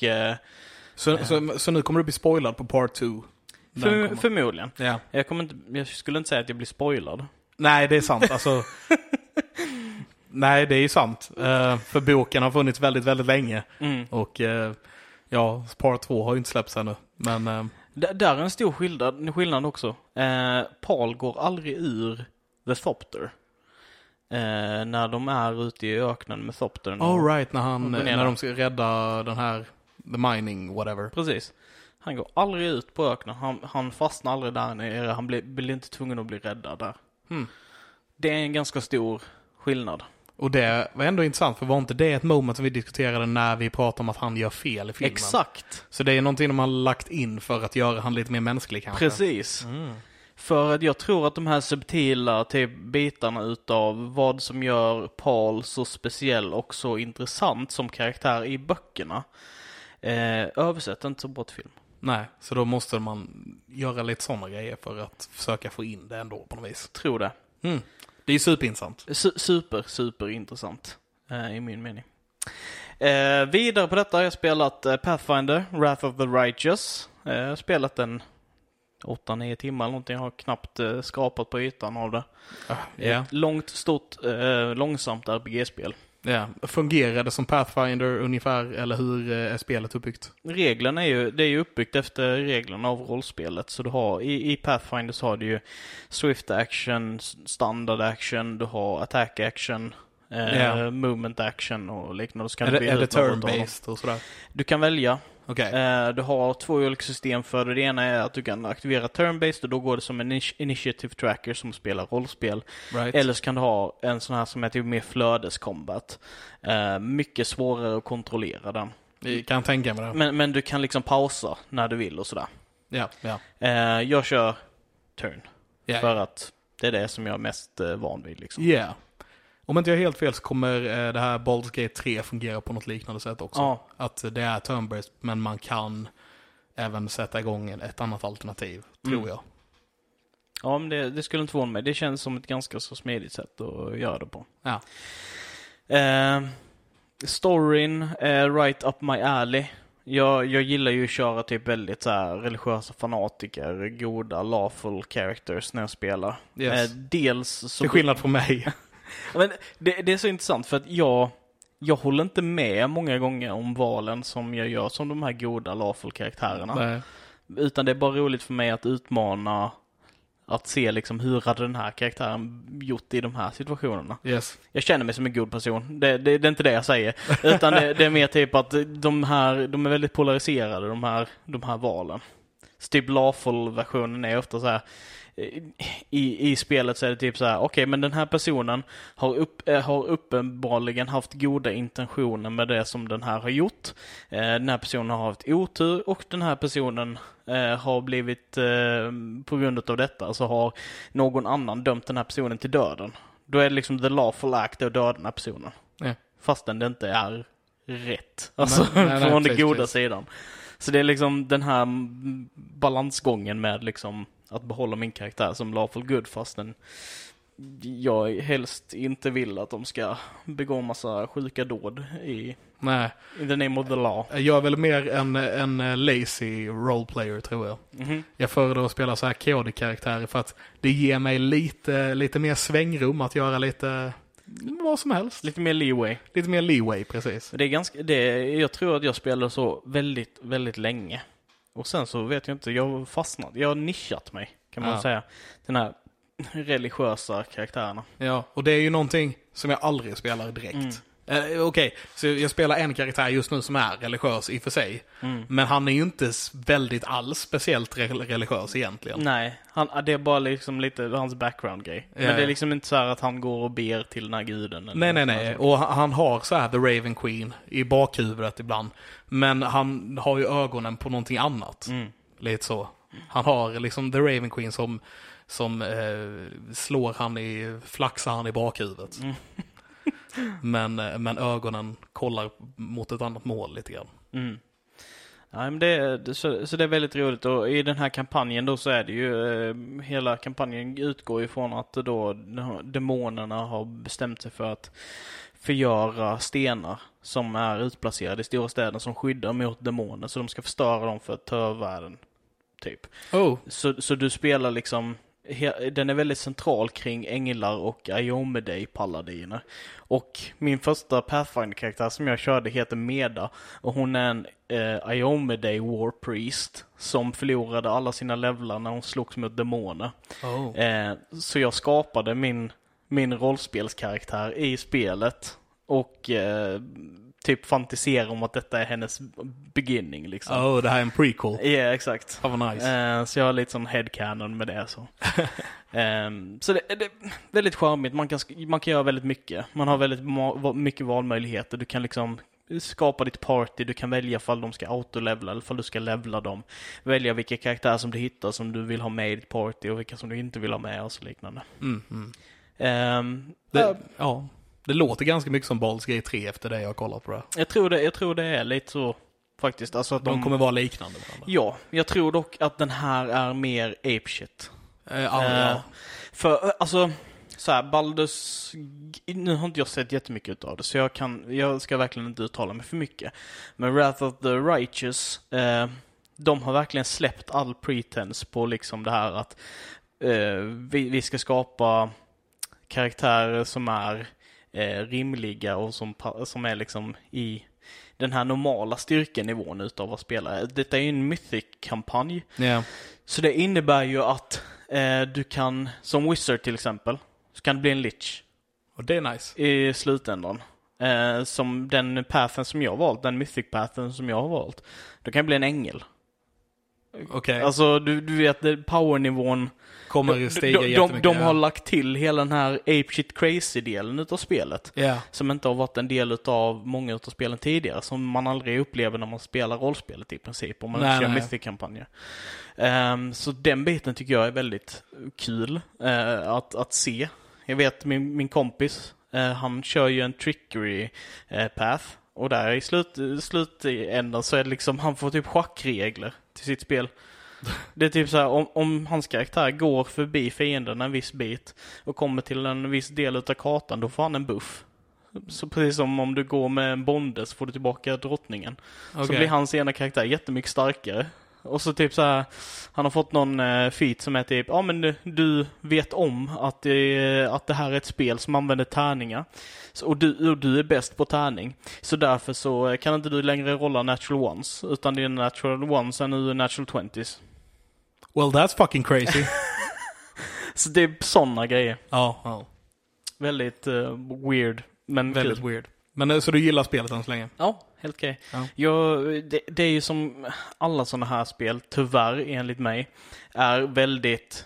Så nu kommer du bli spoilad på part 2? Förmodligen. Ja. Jag skulle inte säga att jag blir spoilad. Nej, det är sant. Alltså, nej, det är ju sant. För boken har funnits väldigt, väldigt länge. Och part 2 har ju inte släppts ännu. Men, där är en stor skillnad också. Paul går aldrig ur The Thopter. När de är ute i öknen med Thoptern. När de ska rädda den här the mining, whatever. Precis. Han går aldrig ut på öknen. Han fastnar aldrig där nere. Han blir inte tvungen att bli räddad där. Det är en ganska stor skillnad. Och det var ändå intressant, för var inte det ett moment som vi diskuterade när vi pratade om att han gör fel i filmen? Exakt. Så det är någonting de har lagt in för att göra han lite mer mänsklig kanske? Precis. För att jag tror att de här subtila typ bitarna utav vad som gör Paul så speciell och så intressant som karaktär i böckerna översätter inte så bra till film. Nej, så då måste man göra lite sådana grejer för att försöka få in det ändå på något vis. Tror det. Det är superintressant. Super intressant i min mening. Vidare på detta har jag spelat Pathfinder, Wrath of the Righteous. Jag har spelat den 8-9 timmar eller någonting. Jag har knappt skrapat på ytan av det. Ett långt, stort, långsamt RPG-spel. Ja, fungerar det som Pathfinder ungefär, eller hur är spelet uppbyggt? Reglerna är ju uppbyggt efter reglerna av rollspelet. Så du har i Pathfinder så har du ju Swift Action, Standard Action, du har Attack Action, Movement Action och liknande. Så kan är det turn-based och sådär? Du kan välja. Okay. Du har 2 olika system för det. Det ena är att du kan aktivera turn-based och då går det som en initiative tracker som spelar rollspel. Right. Eller så kan du ha en sån här som är typ mer flödeskombat. Mycket svårare att kontrollera den. Jag kan tänka mig det. Men du kan liksom pausa när du vill och sådär. Ja. Jag kör turn. För att det är det som jag är mest van vid liksom. Om inte jag är helt fel så kommer det här Baldur's Gate 3 fungera på något liknande sätt också. Ja. Att det är turn-based, men man kan även sätta igång ett annat alternativ, tror jag. Ja, men det skulle inte förvåna mig. Det känns som ett ganska så smidigt sätt att göra det på. Ja. Storyn är right up my alley. Jag gillar ju att köra typ väldigt så här religiösa fanatiker, goda, lawful characters när jag spelar. Yes. Dels så... Till skillnad från mig. Men det är så intressant för att jag håller inte med många gånger om valen som jag gör som de här goda, lawful karaktärerna. Nej. Utan det är bara roligt för mig att utmana, att se liksom hur hade den här karaktären gjort i de här situationerna. Yes. Jag känner mig som en god person. Det är inte det jag säger. Utan det är mer typ att de är väldigt polariserade, de här valen. Så typ lawful-versionen är ofta så här. I spelet så är det typ så här: okej, men den här personen har uppenbarligen haft goda intentioner med det som den här har gjort. Den här personen har haft otur och den här personen har blivit, på grund av detta så har någon annan dömt den här personen till döden. Då är det liksom the lawful act att döda den här personen. Ja. Fastän det inte är rätt. Alltså från den goda sidan. Så det är liksom den här balansgången med liksom att behålla min karaktär som lawful good fastän jag helst inte vill att de ska begå massa sjuka dåd i the name of the law. Jag är väl mer en lazy roleplayer, tror jag. Mm-hmm. Jag föredrar att spela så här chaotic-karaktärer för att det ger mig lite mer svängrum att göra lite vad som helst. Lite mer leeway. Lite mer leeway, precis. Jag tror att jag spelade så väldigt, väldigt länge. Och sen så vet jag inte, jag har fastnat. Jag har nischat mig, kan man säga. Den här religiösa karaktärerna. Ja, och det är ju någonting som jag aldrig spelar direkt. Okej, så jag spelar en karaktär just nu som är religiös i och för sig. Men han är ju inte väldigt alls speciellt religiös egentligen. Nej, det är bara liksom lite hans background-grej. Men det är liksom inte så här att han går och ber till den här guden. Nej. Och han har så här The Raven Queen i bakhuvudet ibland. Men han har ju ögonen på någonting annat. Lite så. Han har liksom The Raven Queen som flaxar han i bakhuvudet. Men ögonen kollar mot ett annat mål lite grann. Ja, men så det är väldigt roligt. Och i den här kampanjen då så är det ju hela kampanjen utgår ifrån att då demonerna har bestämt sig för att förgöra stenar som är utplacerade i stora städer som skyddar mot demoner, så de ska förstöra dem för att ta över världen typ. Så du spelar liksom, den är väldigt central kring änglar och Iomedae-paladiner. Och min första Pathfinder-karaktär som jag körde heter Meda. Och hon är en Iomedae War Priest som förlorade alla sina levlar när hon slogs mot demoner. Så jag skapade min rollspelskaraktär i spelet. Och typ fantiserar om att detta är hennes beginning liksom. Det här är en prequel. Ja, exakt. Nice. Så jag har lite sån headcanon med det så. Så det är väldigt charmigt. Man kan göra väldigt mycket. Man har väldigt mycket valmöjligheter. Du kan liksom skapa ditt party. Du kan välja ifall de ska autolevla eller ifall du ska levla dem. Välja vilka karaktärer som du hittar som du vill ha med i ditt party och vilka som du inte vill ha med och så liknande. Det låter ganska mycket som Baldur's Gate 3 efter det jag har kollat på det. Jag tror det är lite så faktiskt. Alltså att de kommer vara liknande varandra. Ja, jag tror dock att den här är mer apeshit. För alltså så här, Baldur's, nu har inte jag sett jättemycket av det så jag ska verkligen inte uttala mig för mycket. Men Wrath of the Righteous, de har verkligen släppt all pretense på liksom det här att vi ska skapa karaktärer som är rimliga och som är liksom i den här normala styrkenivån utav att spela. Detta är ju en Mythic-kampanj. Yeah. Så det innebär ju att du kan, som Wizard till exempel, så kan det bli en Lich. Och det är nice. I slutändan. Som den pathen som jag har valt, den Mythic-pathen som jag har valt. Då kan det bli en ängel. Okay. Alltså du vet powernivån kommer stiga jättemycket. De har lagt till hela den här apeshit crazy-delen utav spelet. Yeah. Som inte har varit en del utav många utav spelen tidigare. Som man aldrig upplever när man spelar rollspelet i princip. Om man inte kör Mythic-kampanjer. Så den biten tycker jag är väldigt kul att se. Jag vet min kompis, han kör ju en trickery path. Och där i slutändan så är det liksom, han får typ schackregler till sitt spel. Det är typ så här, om hans karaktär går förbi fienden en viss bit och kommer till en viss del av kartan, då får han en buff. Så precis som om du går med en bonde så får du tillbaka drottningen. Så blir hans ena karaktär jättemycket starkare. Och så typ så här, han har fått någon feat som är typ, ja men du vet om att det här är ett spel som använder tärningar. Och du är bäst på tärning. Så därför så kan inte du längre rolla natural ones, utan dina natural ones är nu natural 20s. Well, that's fucking crazy. Så det är sådana grejer. Ja. Väldigt weird, men väldigt kul. weird. Men så du gillar spelet än så länge? Ja, helt okej. Ja. Det är ju som alla sådana här spel, tyvärr enligt mig, är väldigt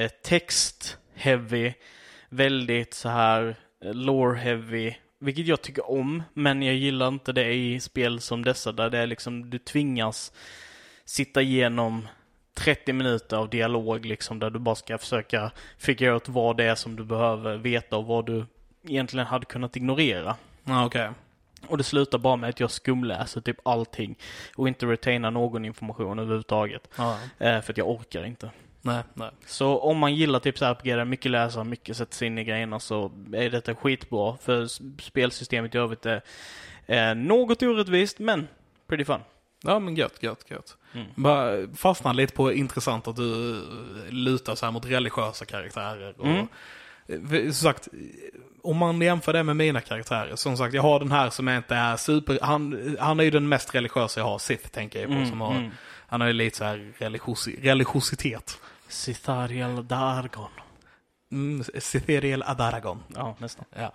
text-heavy, väldigt så här lore-heavy, vilket jag tycker om, men jag gillar inte det i spel som dessa, där det är liksom, du tvingas sitta igenom 30 minuter av dialog liksom, där du bara ska försöka figura ut vad det är som du behöver veta och vad du egentligen hade kunnat ignorera. Ja, okej. Och det slutar bara med att jag skumläser typ allting och inte retainar någon information överhuvudtaget. Ja. För att jag orkar inte. Nej. Så om man gillar typ så här RPG, mycket läsa, mycket sätta sig in i grejerna, så är detta skitbra. För spelsystemet i övrigt är något orättvist, men pretty fun. Ja, men gött. Bara fastnar lite på intressant att du lutar så här mot religiösa karaktärer. Och, som sagt, om man jämför det med mina karaktärer, som sagt, jag har den här som inte är super, han är ju den mest religiösa jag har, Sith tänker jag på, som har, han har ju lite så här religiositet. Cithariel Dargon. Cithariel Adaragon. Ja, nästan. Ja.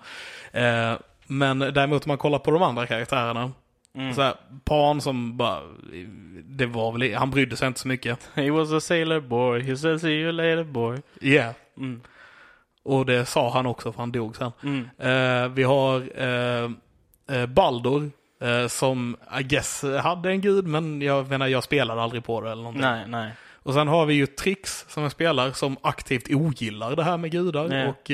Men däremot om man kollar på de andra karaktärerna, så här, Pan som bara, det var väl, han brydde sig inte så mycket. He was a sailor boy, he said see you later boy. Yeah. Och det sa han också, för han dog sen. Vi har Baldur, som I guess hade en gud, men jag spelade aldrig på det eller någonting. Nej. Och sen har vi ju Trix som jag spelar, som aktivt ogillar det här med gudar. Och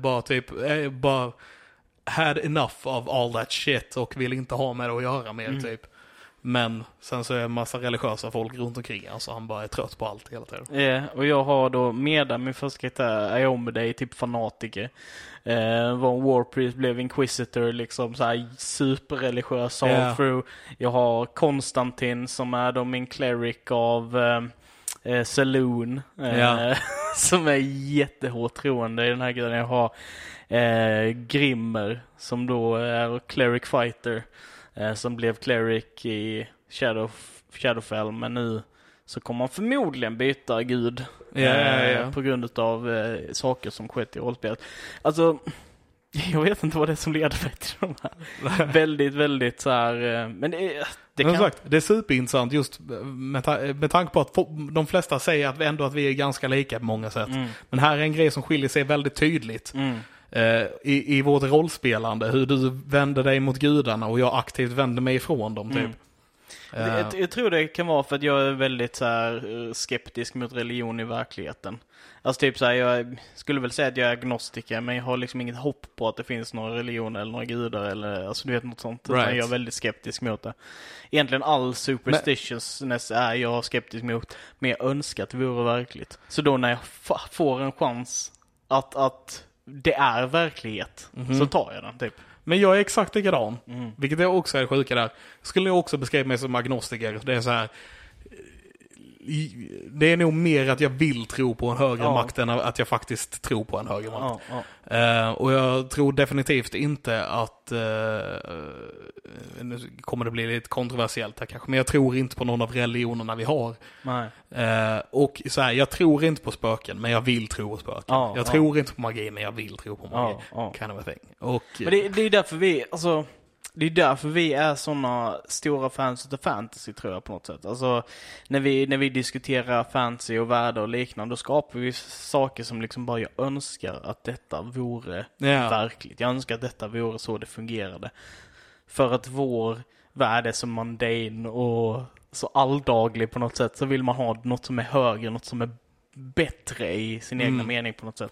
bara had enough of all that shit och vill inte ha med det att göra mer typ. Men sen så är det en massa religiösa folk runt omkring, alltså han bara är trött på allt hela tiden. Ja, och jag har då medan min första karaktär är om med dig, typ fanatiker. Var en Warpriest, blev Inquisitor, liksom så här superreligiös all through. Jag har Konstantin som är då min cleric av Saloon. Som är jättehårt troende i den här grejen. Jag har Grimmer som då är cleric fighter. Som blev cleric i Shadowfell, men nu så kommer man förmodligen byta gud på grund av saker som skett i rollspelet. Alltså, jag vet inte vad det är som leder mig till de här. Väldigt, väldigt så här, men det kan... sagt, det är superintressant just med tanke på att de flesta säger att vi är ganska lika på många sätt. Men här är en grej som skiljer sig väldigt tydligt. I vårt rollspelande, hur du vänder dig mot gudarna och jag aktivt vänder mig ifrån dem typ. Jag tror det kan vara för att jag är väldigt så här skeptisk mot religion i verkligheten. Alltså typ så här, jag skulle väl säga att jag är agnostiker, men jag har liksom inget hopp på att det finns några religioner eller några gudar eller alltså du vet något sånt. Right. Jag är väldigt skeptisk mot det. Egentligen all superstitiousness är jag skeptisk mot, men jag önskar att det vore verkligt. Så då när jag får en chans att det är verklighet, så tar jag den typ. Men jag är exakt likadan, vilket är också är sjuka där. Skulle jag också beskriva mig som agnostiker. Det är så här, det är nog mer att jag vill tro på en högre makt än att jag faktiskt tror på en högre makt. Och jag tror definitivt inte att nu kommer det bli lite kontroversiellt här kanske, men jag tror inte på någon av religionerna vi har. Och så här, jag tror inte på spöken, men jag vill tro på spöken. Jag tror inte på magi, men jag vill tro på magi. Kind of a thing. Och men det är därför vi, alltså det är därför vi är såna stora fans av fantasy, tror jag på något sätt. Alltså när vi diskuterar fantasy och världar och liknande, då skapar vi saker som liksom bara jag önskar att detta vore verkligt. Jag önskar att detta vore så det fungerade. För att vår värld är så mundane och så alldaglig på något sätt, så vill man ha något som är högre, något som är bättre i sin egna mening på något sätt.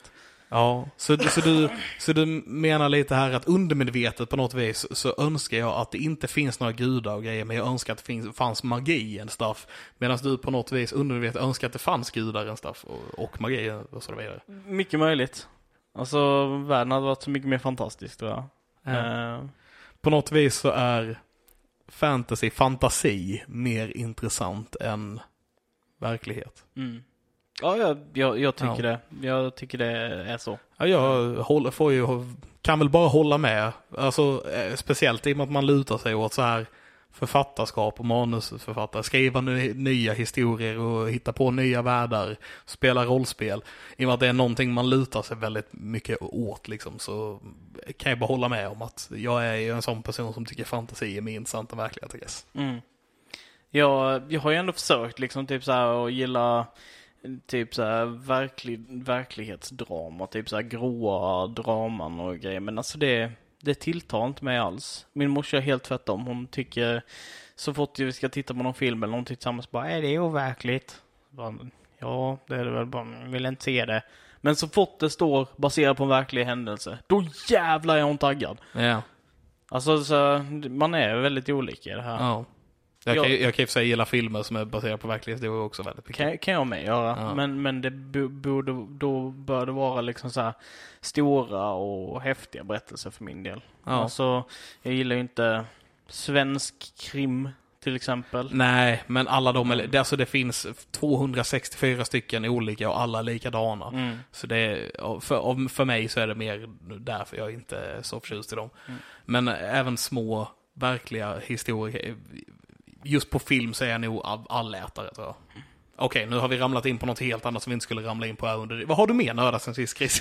Ja, så du menar lite här att undermedvetet på något vis så önskar jag att det inte finns några gudar och grejer, men jag önskar att det fanns magi en stuff, medan du på något vis undermedvetet önskar att det fanns gudar en stuff och magi och så vidare. Mycket möjligt. Alltså, världen hade varit så mycket mer fantastisk, tror jag. På något vis så är fantasi mer intressant än verklighet. Mm. Ja, jag tycker det. Jag tycker det är så. Ja, jag kan väl bara hålla med. Alltså, speciellt i och med att man lutar sig åt så här författarskap och manusförfattare. Skriva nya historier och hitta på nya världar. Spela rollspel. I och med att det är någonting man lutar sig väldigt mycket åt liksom, så kan jag bara hålla med om att jag är ju en sån person som tycker fantasi är mer intressant än verklighet, I guess. Mm. Jag har ju ändå försökt liksom typ så här att gilla typ så här verklighetsdrama, typ så här gråa draman och grejer, men alltså det tilltar inte mig alls. Min morsa är helt tvärtom. Hon tycker så fort vi ska titta på någon film eller någonting tillsammans bara, är det overkligt? Ja, det är det väl, bara vill inte se det. Men så fort det står baserat på en verklig händelse, då jävlar är hon taggad. Ja. Alltså så, man är väldigt olika i det här. Ja. Jag kan ju säga gilla filmer som är baserade på verklighet, det är också väldigt mycket. Kan jag med göra. Ja. Men det då bör det vara liksom så här stora och häftiga berättelser för min del. Ja. Alltså, jag gillar ju inte svensk krim till exempel. Nej, men alla det finns 264 stycken olika och alla är likadana. Mm. Så det för mig så är det mer därför jag inte är så förtjust i dem. Mm. Men även små verkliga historier. Just på film så är jag nog allätare, tror jag. Okej, nu har vi ramlat in på något helt annat som vi inte skulle ramla in på här under. Vad har du mer nördat sen sist, Chris?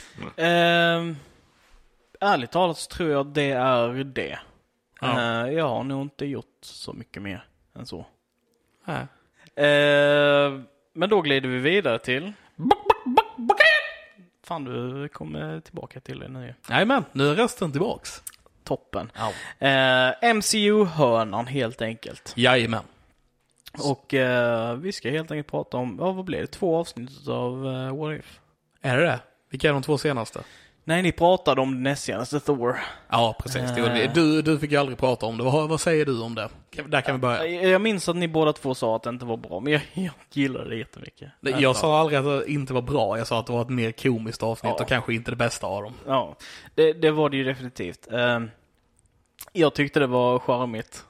Ärligt talat så tror jag det är det. Ja. Jag har nog inte gjort så mycket mer än så. Nej. Men då glider vi vidare till... Fan, du kommer tillbaka till det nu. Nej, men nu är resten tillbaks. Toppen. Ja. MCU-hörnan helt enkelt. Jajamän. Och vi ska helt enkelt prata om, vad blev det? 2 avsnitt av What If? Är det? Vilka är de 2 senaste? Nej, ni pratade om det näst senaste Thor. Ja, precis. Du fick ju aldrig prata om det. Vad säger du om det? Där kan vi börja. Jag minns att ni båda två sa att det inte var bra, men jag gillade det jättemycket. Jag sa aldrig att det inte var bra. Jag sa att det var ett mer komiskt avsnitt och kanske inte det bästa av dem. Ja, det var det ju definitivt. Jag tyckte det var charmigt.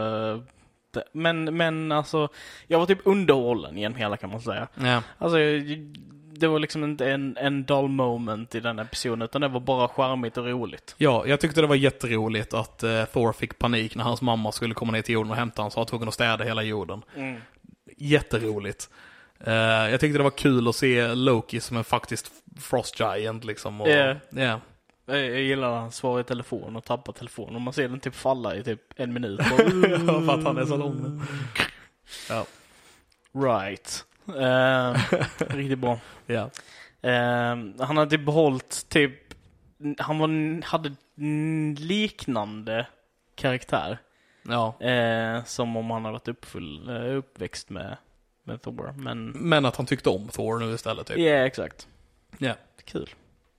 Men alltså, jag var typ underhållen genom hela, kan man säga. Ja. Alltså, det var liksom inte en dull moment i den episoden, utan det var bara charmigt och roligt. Ja, jag tyckte det var jätteroligt att Thor fick panik när hans mamma skulle komma ner till jorden och hämta honom, så han var tvungen att städa hela jorden. Mm. Jätteroligt. Jag tyckte det var kul att se Loki som en faktiskt Frost Giant liksom. Och, yeah. Jag gillar att han svarar i telefon och tappar telefonen och man ser den typ falla i typ 1 minut. Ja, för att han är så lång. Ja. Right. Riktigt bra. Ja. Han hade behållit typ, hade liknande karaktär. Ja. Som om han hade varit uppväxt med Thor. Men att han tyckte om Thor nu istället typ. Ja, exakt. Ja. Kul.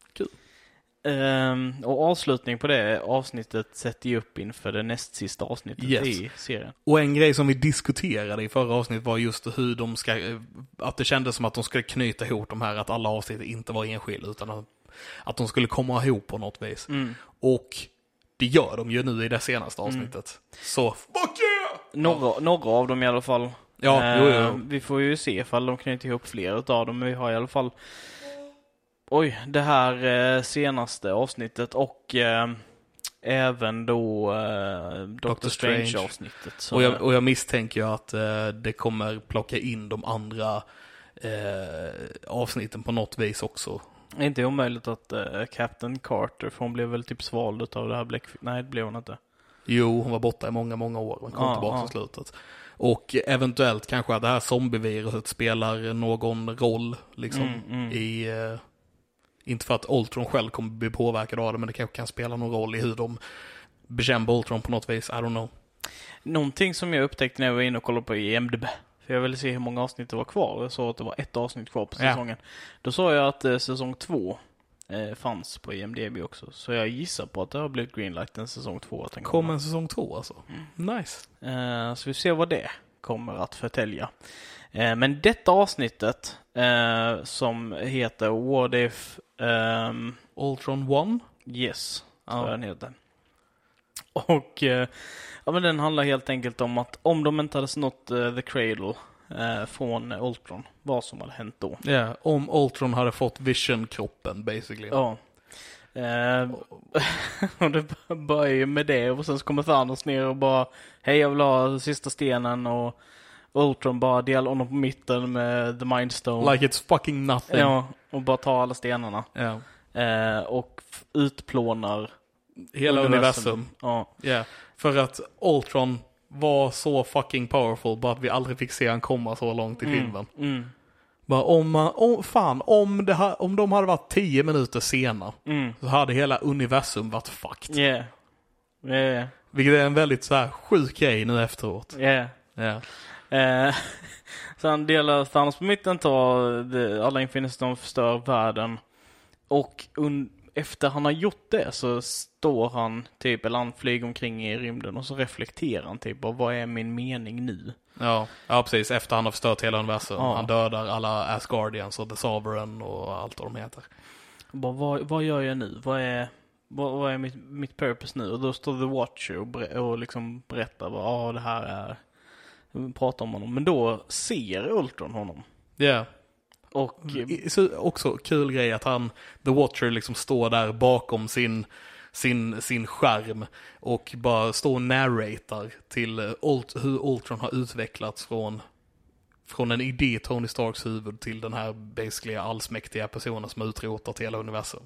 Och avslutning på det avsnittet sätter ju upp inför det näst sista avsnittet i serien. Och en grej som vi diskuterade i förra avsnittet var just hur de ska, att det kändes som att de skulle knyta ihop de här, att alla avsnitt inte var enskilda utan att de skulle komma ihop på något vis. Mm. Och det gör de ju nu i det senaste avsnittet. Så fuck yeah! Några av dem i alla fall. Ja, jo. Vi får ju se ifall de knyter ihop fler av dem, men vi har i alla fall det här senaste avsnittet och även då Doctor Strange-avsnittet. Så. Och jag misstänker ju att det kommer plocka in de andra avsnitten på något vis också. Det är inte omöjligt att Captain Carter, för hon blev väl typ svald av det här Nej, det blev hon inte. Jo, hon var borta i många, många år. Hon kom tillbaka i slutet. Och eventuellt kanske att det här zombieviruset spelar någon roll liksom i... Inte för att Ultron själv kommer bli påverkad av det, men det kanske kan spela någon roll i hur de bekämpar Ultron på något vis. I don't know. Någonting som jag upptäckte när jag var inne och kollade på IMDb, för jag ville se hur många avsnitt det var kvar. Jag såg att det var 1 avsnitt kvar på säsongen. Då sa jag att säsong 2 fanns på IMDb också. Så jag gissar på att det har blivit greenlight en säsong 2. Kommer en säsong 2 alltså? Nice. Så vi ser vad det kommer att förtälja. Men detta avsnittet som heter What If Ultron 1? Yes, tror jag den heter. Och ja, men den handlar helt enkelt om att om de inte hade snott The Cradle från Ultron, vad som hade hänt då. Ja, om Ultron hade fått Vision-kroppen basically. Ja. Och det börjar ju med det, och sen så kommer Thanos ner och bara hej, jag vill ha sista stenen, och Ultron bara delar honom på mitten med The Mind Stone. Like it's fucking nothing. Ja, och bara tar alla stenarna. Ja. Och utplånar hela universum. Ja. Yeah. För att Ultron var så fucking powerful, bara att vi aldrig fick se han komma så långt i filmen. Bara om de hade varit 10 minuter sena så hade hela universum varit fucked. Yeah. Vilket är en väldigt så här sjuk grej nu efteråt. Så han delar Thanos på mitten, tar alla Infinity Stones, förstör världen. Och efter han har gjort det så står han typ, eller han flyger omkring i rymden och så reflekterar han typ, vad är min mening nu? Ja, precis. Efter han har förstört hela universum. Ja. Han dödar alla Asgardians och The Sovereign och allt vad de heter. Vad gör jag nu? Vad är mitt purpose nu? Och då står The Watcher och liksom berättar vad det här är. Pratar om honom. Men då ser Ultron honom. Ja. Yeah. Och så också kul grej att The Watcher liksom står där bakom sin skärm och bara står och narratar till hur Ultron har utvecklats från en idé i Tony Starks huvud till den här basically allsmäktiga personen som har utrotat hela universum.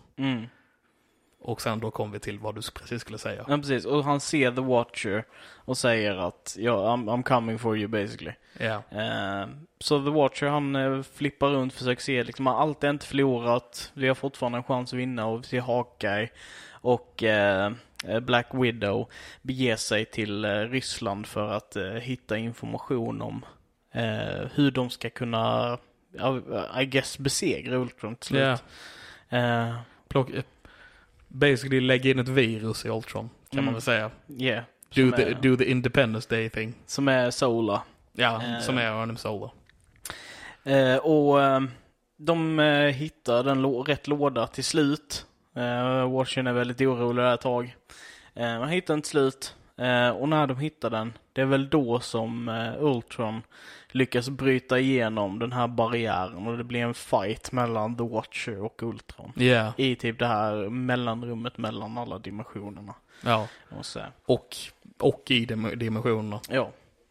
Och sen då kom vi till vad du precis skulle säga. Ja, precis. Och han ser The Watcher och säger att I'm coming for you basically. Yeah. Så The Watcher, han flippar runt, försöker se liksom, allt är inte förlorat. Vi har fortfarande en chans att vinna, och vi ser Hawkeye och Black Widow beger sig till Ryssland för att hitta information om hur de ska kunna I guess besegra Ultron till slut. Yeah. Basically lägga in ett virus i Ultron, kan man väl säga. Yeah. Do the Independence Day thing. Som är Sola. Ja, som är Arnim Sola. Och de hittar den rätt låda till slut. Watchen är väldigt orolig där ett tag. Man hittar den till slut. Och när de hittar den, det är väl då som Ultron lyckas bryta igenom den här barriären, och det blir en fight mellan The Watcher och Ultron. Yeah. I typ det här mellanrummet mellan alla dimensionerna. Ja. Och i dimensionerna. Ja.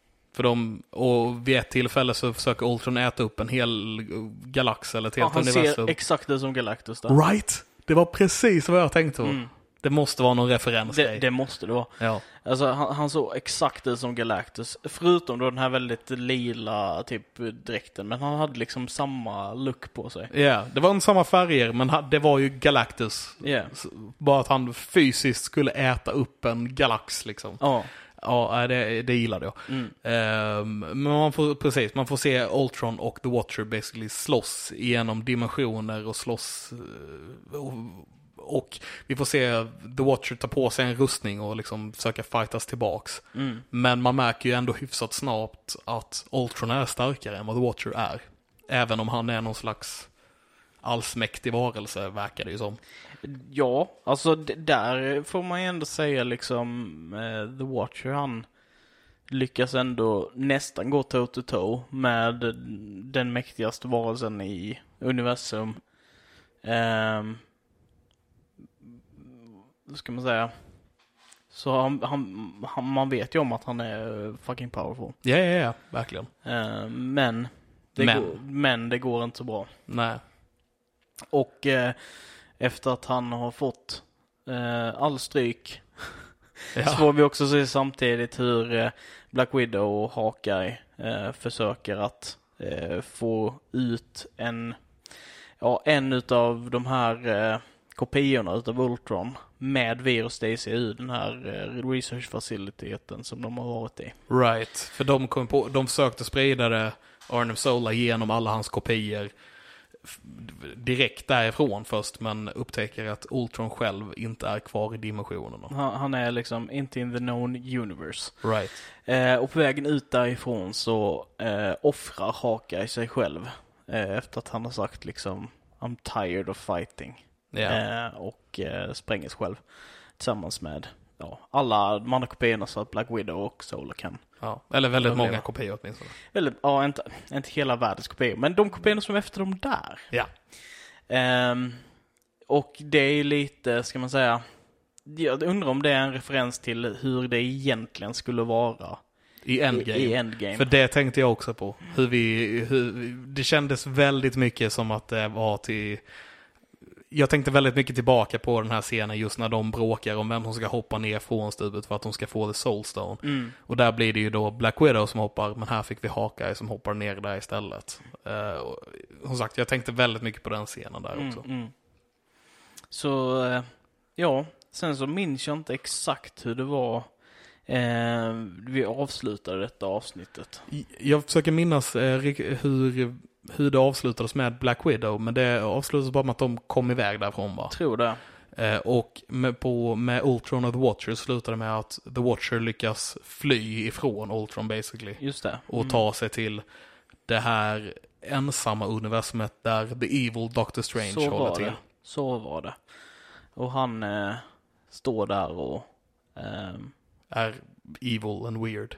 Och vid ett tillfälle så försöker Ultron äta upp en hel galax eller ett helt universum. Han ser exakt det som Galactus där. Right! Det var precis vad jag tänkte på. Det måste vara någon referens. Det måste det vara. Ja. Alltså han såg exakt det som Galactus. Förutom då den här väldigt lila typ dräkten. Men han hade liksom samma look på sig. Ja, yeah, det var inte samma färger, men det var ju Galactus. Yeah. Bara att han fysiskt skulle äta upp en galax liksom. Ja. Ja, det gillade jag. Men man får se Ultron och The Watcher basically slåss igenom dimensioner och slåss och vi får se The Watcher ta på sig en rustning och liksom försöka fightas tillbaks. Men man märker ju ändå hyfsat snabbt att Ultron är starkare än vad The Watcher är. Även om han är någon slags allsmäktig varelse, verkar det ju som. Ja, alltså där får man ju ändå säga liksom The Watcher, han lyckas ändå nästan gå toe to toe med den mäktigaste varelsen i universum. Vad ska man säga? Så man vet ju om att han är fucking powerful. Ja, verkligen. Men det går inte så bra. Nej. Och efter att han har fått all stryk så får vi också se samtidigt hur Black Widow och Hawkeye försöker att få ut en utav de här kopiorna utav Ultron med virus Daisy ur den här research-faciliteten som de har varit i. Right, för de försökte sprida det, Arnim Sola, genom alla hans kopior. direkt därifrån först, men upptäcker att Ultron själv inte är kvar i dimensionerna. Han är liksom inte in the known universe. Right. Och på vägen ut därifrån så offrar Hawkeye sig själv. Efter att han har sagt liksom I'm tired of fighting. Yeah. Och spränger sig själv. Tillsammans med alla de andra kopiorna så att Black Widow och Solar kan. Ja, eller väldigt många kopior åtminstone. Inte hela världens kopior, men de kopiorna som är efter dem där. Ja. Och det är lite, ska man säga, jag undrar om det är en referens till hur det egentligen skulle vara i Endgame. För det tänkte jag också på. Det kändes väldigt mycket som att det var till... Jag tänkte väldigt mycket tillbaka på den här scenen just när de bråkar om vem som ska hoppa ner från stupet för att de ska få The Soul Stone. Och där blir det ju då Black Widow som hoppar, men här fick vi Hawkeye som hoppar ner där istället. Som sagt, jag tänkte väldigt mycket på den scenen där också. Så, sen så minns jag inte exakt hur det var vi avslutade detta avsnittet. Jag försöker minnas hur det avslutades med Black Widow, men det avslutades bara med att de kom iväg därifrån, va? Tror det. Och med Ultron och The Watcher slutade med att The Watcher lyckas fly ifrån Ultron basically. Just det. Och ta sig till det här ensamma universumet där The Evil Doctor Strange håller till. Så var det. Och han står där och är evil and weird.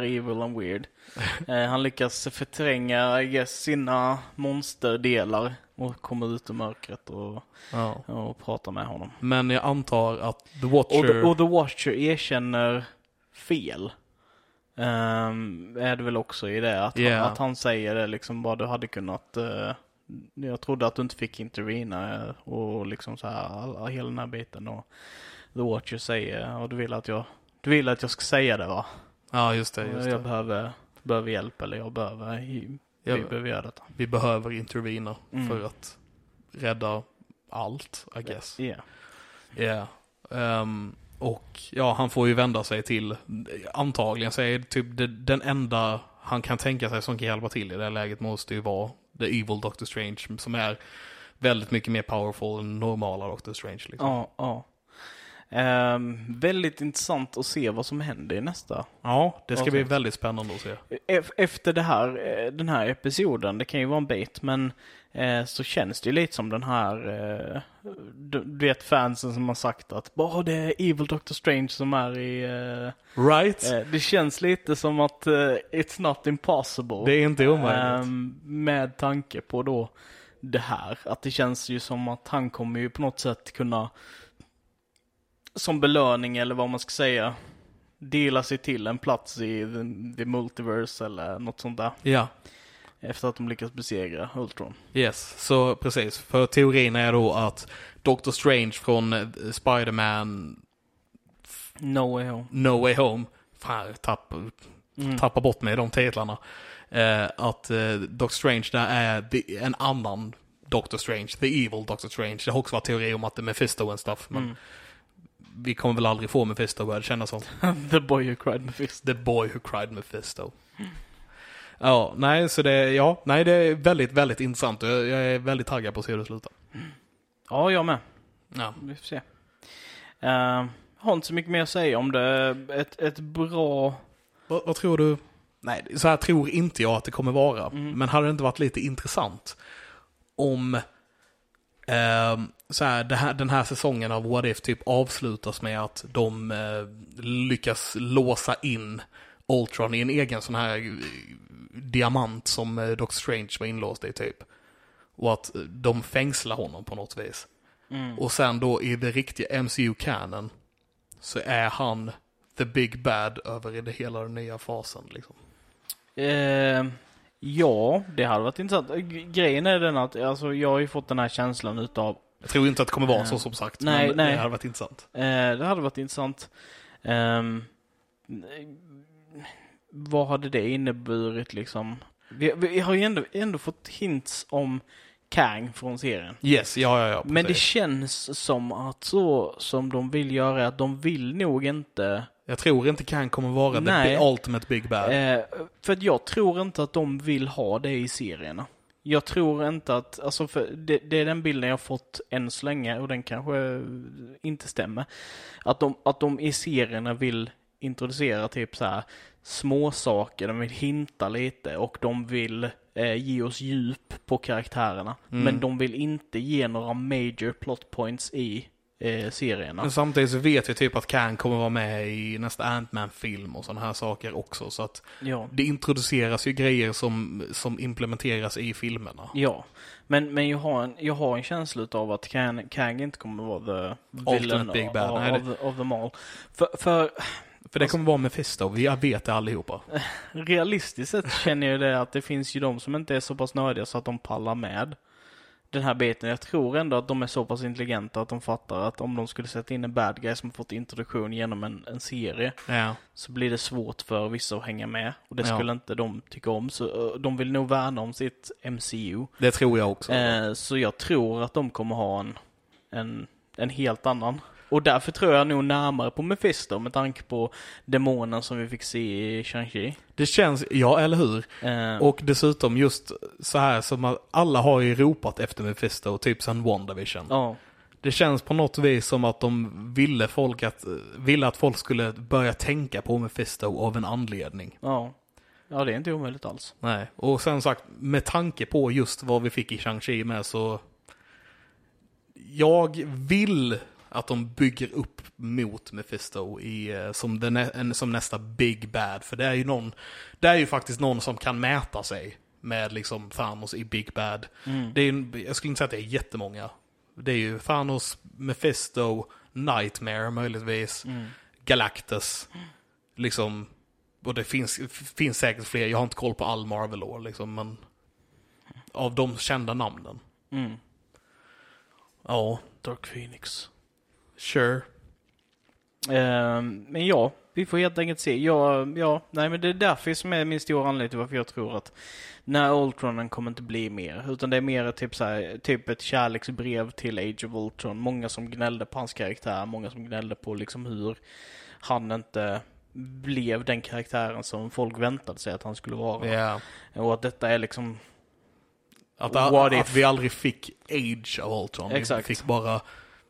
Han lyckas förtränga, I guess, sina monsterdelar och kommer ut ur mörkret och pratar med honom. Men jag antar att The Watcher... Och The Watcher erkänner fel. Är det väl också i det att han säger det liksom, vad du hade kunnat... jag trodde att du inte fick intervena och liksom så här hela den här biten, och The Watcher säger, och du vill att jag ska säga det, va? Ja, just det. Jag behöver hjälp, eller vi behöver göra detta. Vi behöver intervena för att rädda allt, I guess. Yeah. Och han får ju vända sig till, antagligen så är det typ den enda han kan tänka sig som kan hjälpa till i det här läget måste ju vara The Evil Doctor Strange, som är väldigt mycket mer powerful än normala Doctor Strange. Liksom. Ja. Väldigt intressant att se vad som händer i nästa. Ja, det ska bli väldigt spännande att se. Efter den här episoden, det kan ju vara en bit, men så känns det ju lite som den här du vet fansen som har sagt att bara det är Evil Doctor Strange som är i right. Det känns lite som att it's not impossible. Det är inte omöjligt. Med tanke på då det här, att det känns ju som att han kommer ju på något sätt kunna, som belöning eller vad man ska säga, dela sig till en plats i the multiverse eller något sånt där. Ja. Efter att de lyckas besegra Ultron. Yes, så precis. För teorin är då att Doctor Strange från Spider-Man No Way Home. Fan, tappar bort mig de titlarna. Att Doctor Strange där är en annan Doctor Strange. The Evil Doctor Strange. Det har också varit teori om att det är Mephisto och stuff. Men vi kommer väl aldrig få Mephisto, vad det kännas som. The boy who cried Mephisto. The boy who cried Mephisto. Ja, nej, så det är väldigt, väldigt intressant. Jag är väldigt taggad på att se hur det slutar. Ja, jag med. Ja. Vi får se. Har inte så mycket mer att säga om det. Ett bra... Vad tror du? Nej, så här tror inte jag att det kommer vara. Men hade det inte varit lite intressant om så här, den här säsongen av What If typ avslutas med att de lyckas låsa in Ultron i en egen sån här diamant som Doctor Strange var inlåst i typ. Och att de fängslar honom på något vis. Och sen då i det riktiga MCU-canon så är han the big bad över i hela den nya fasen liksom. Ja, det hade varit intressant. Grejen är den att alltså, jag har ju fått den här känslan utav... Jag tror inte att det kommer vara så som sagt. Nej. Det hade varit intressant. Det hade varit intressant. Vad hade det inneburit liksom? Vi har ju ändå fått hints om Kang från serien. Yes, ja. Men det känns som att så som de vill göra, att de vill nog inte... Jag tror inte Kang kommer vara the ultimate big bad. För att jag tror inte att de vill ha det i serierna. Jag tror inte att, alltså för det är den bilden jag har fått än så länge, och den kanske inte stämmer. Att de i serierna vill introducera typ så här små saker, de vill hinta lite och de vill ge oss djup på karaktärerna. Men de vill inte ge några major plot points i serierna. Men samtidigt så vet vi typ att Kang kommer vara med i nästa Ant-Man-film och sådana här saker också. Så att det introduceras ju grejer som implementeras i filmerna. Ja, men jag har en känsla av att Kang inte kommer vara the villain Big Bad of them all. För det kommer vara Mephisto, vi vet det allihopa. Realistiskt sett känner jag det att det finns ju de som inte är så pass nördiga så att de pallar med den här biten. Jag tror ändå att de är så pass intelligenta att de fattar att om de skulle sätta in en bad guy som fått introduktion genom en serie, så blir det svårt för vissa att hänga med. Och det skulle inte de tycka om. Så de vill nog värna om sitt MCU. Det tror jag också. Så jag tror att de kommer ha en helt annan. Och därför tror jag nog närmare på Mephisto med tanke på demonen som vi fick se i Shang-Chi. Det känns, ja eller hur? Och dessutom just så här som att alla har ju ropat efter Mephisto, typ som WandaVision. Ja. Det känns på något vis som att de ville att folk skulle börja tänka på Mephisto av en anledning. Ja, det är inte omöjligt alls. Nej, och sen sagt, med tanke på just vad vi fick i Shang-Chi med, så jag vill att de bygger upp mot Mephisto som nästa Big Bad. För det är ju faktiskt någon som kan mäta sig med liksom Thanos i Big Bad. Jag skulle inte säga att det är jättemånga. Det är ju Thanos, Mephisto, Nightmare möjligtvis, Galactus. Liksom, och det finns säkert fler. Jag har inte koll på all Marvel-år liksom, men av de kända namnen. Ja, Dark Phoenix. Sure. Men ja, vi får helt enkelt se. Nej, men det är därför som är min stora anledning till varför jag tror att när Ultronen kommer inte bli mer. Utan det är mer typ ett kärleksbrev till Age of Ultron. Många som gnällde på hans karaktär. Många som gnällde på liksom hur han inte blev den karaktären som folk väntade sig att han skulle vara. Yeah. Och att detta är liksom... Att vi aldrig fick Age of Ultron. Exakt. Vi fick bara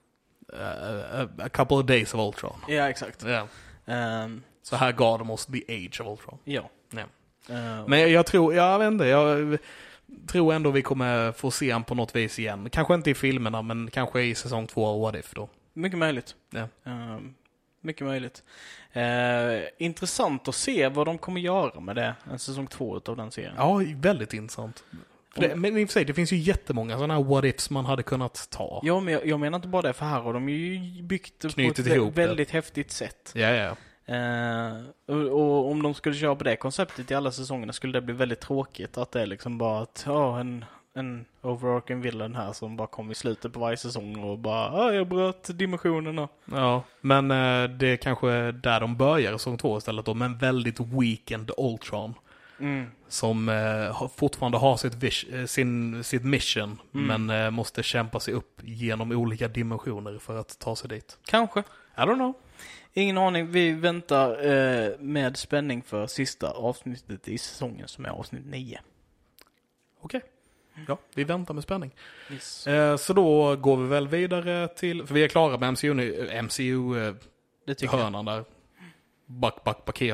a couple of days of Ultron. Ja, exakt. Yeah. Så här gav de oss the Age of Ultron. Ja. Men jag tror ändå vi kommer få se han på något vis igen. Kanske inte i filmerna, men kanske i säsong 2 av What If då. Mycket möjligt. Ja. Mycket möjligt. Intressant att se vad de kommer göra med det. En säsong 2 av den serien. Ja, väldigt intressant. Men i och för sig, det finns ju jättemånga sådana här what ifs man hade kunnat ta. Ja, men jag menar inte bara det, för här har de ju byggt på ett väldigt häftigt sätt. Ja. Och om de skulle köra på det konceptet i alla säsongerna skulle det bli väldigt tråkigt. Att det är liksom bara att en overarching villain här som bara kom i slutet på varje säsong och bara jag bröt dimensionerna. Ja, men det är kanske där de börjar i säsong 2 istället då, men väldigt weakened Ultron. Som fortfarande har sitt mission, men måste kämpa sig upp genom olika dimensioner för att ta sig dit. Kanske. I don't know. Ingen aning. Vi väntar med spänning för sista avsnittet i säsongen som är avsnitt 9. Okej. Ja, vi väntar med spänning. Yes. Så då går vi väl vidare till, för vi är klara med MCU-hörnan där. Back.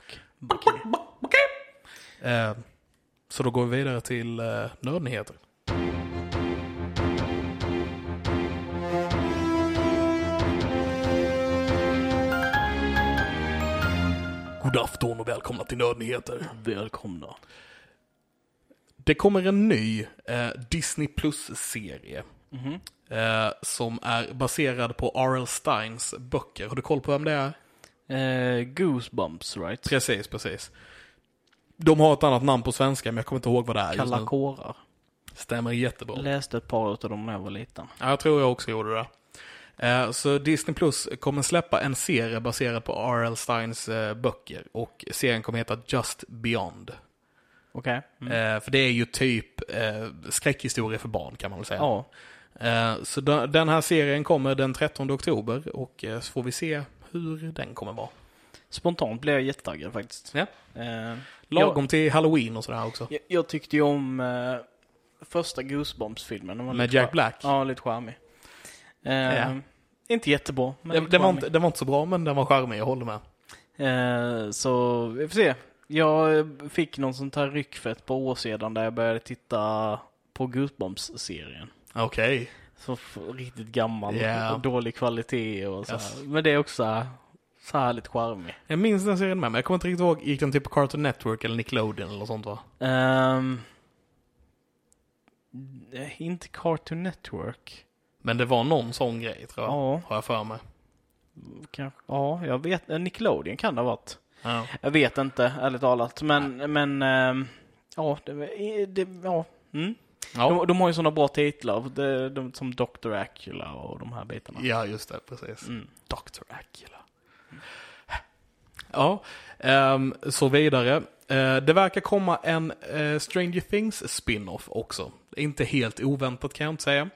Så då går vi vidare till nördnyheter. God afton och välkomna till nördnyheter. Välkomna. Det kommer en ny Disney Plus-serie som är baserad på R.L. Steins böcker. Har du koll på vem det är? Goosebumps, right? Precis. De har ett annat namn på svenska, men jag kommer inte ihåg vad det är. Kalla kårar. Stämmer jättebra. Läste ett par av dem när jag var liten. Ja, jag tror jag också gjorde det. Så Disney Plus kommer släppa en serie baserad på R.L. Steins böcker. Och serien kommer heta Just Beyond. Okej. För det är ju typ skräckhistoria för barn, kan man väl säga. Ja. Så den här serien kommer den 13 oktober. Och så får vi se hur den kommer vara. Spontant blev jag jättetaggad faktiskt. Ja. Lagom till Halloween och sådär också. Jag tyckte ju om första Goosebumps-filmen. Med Jack Black? Ja, lite charmig. Inte jättebra, men den var inte så bra, men den var charmig, jag håller med. Så vi får se. Jag fick någon sånt här ryck för ett par år sedan där jag började titta på Goosebumps-serien. Okej. Så riktigt gammal Yeah. och dålig kvalitet och så Yes. här. Men det är också så här lite charmig. Jag minns den serien med, men jag kommer inte riktigt ihåg, gick den typ på Cartoon Network eller Nickelodeon eller sånt, va? Inte Cartoon Network. Men det var någon sån grej, tror jag. Ja. Har jag för mig. Kanske. Ja, jag vet. Nickelodeon kan det ha varit. Ja. Jag vet inte, ärligt talat. Men ja, ja. Mm. Ja. De har ju sådana bra titlar. De som Dr. Acula och de här bitarna. Ja, just det, precis. Mm. Dr. Acula. Ja, så vidare. Det verkar komma en Stranger Things spin-off också. Inte helt oväntat, kan jag inte säga.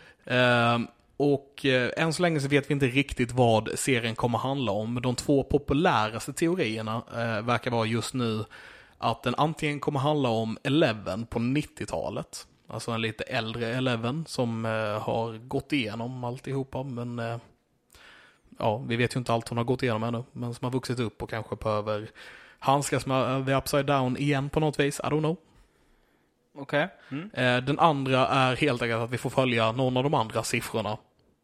Och än så länge så vet vi inte riktigt vad serien kommer handla om. De 2 populäraste teorierna verkar vara just nu att den antingen kommer handla om Eleven på 90-talet. Alltså en lite äldre Eleven som har gått igenom alltihopa. Men ja, vi vet ju inte allt hon har gått igenom ännu. Men som har vuxit upp och kanske behöver handskas med The Upside Down igen på något vis. I don't know. Okej. Mm. Den andra är helt enkelt att vi får följa någon av de andra siffrorna.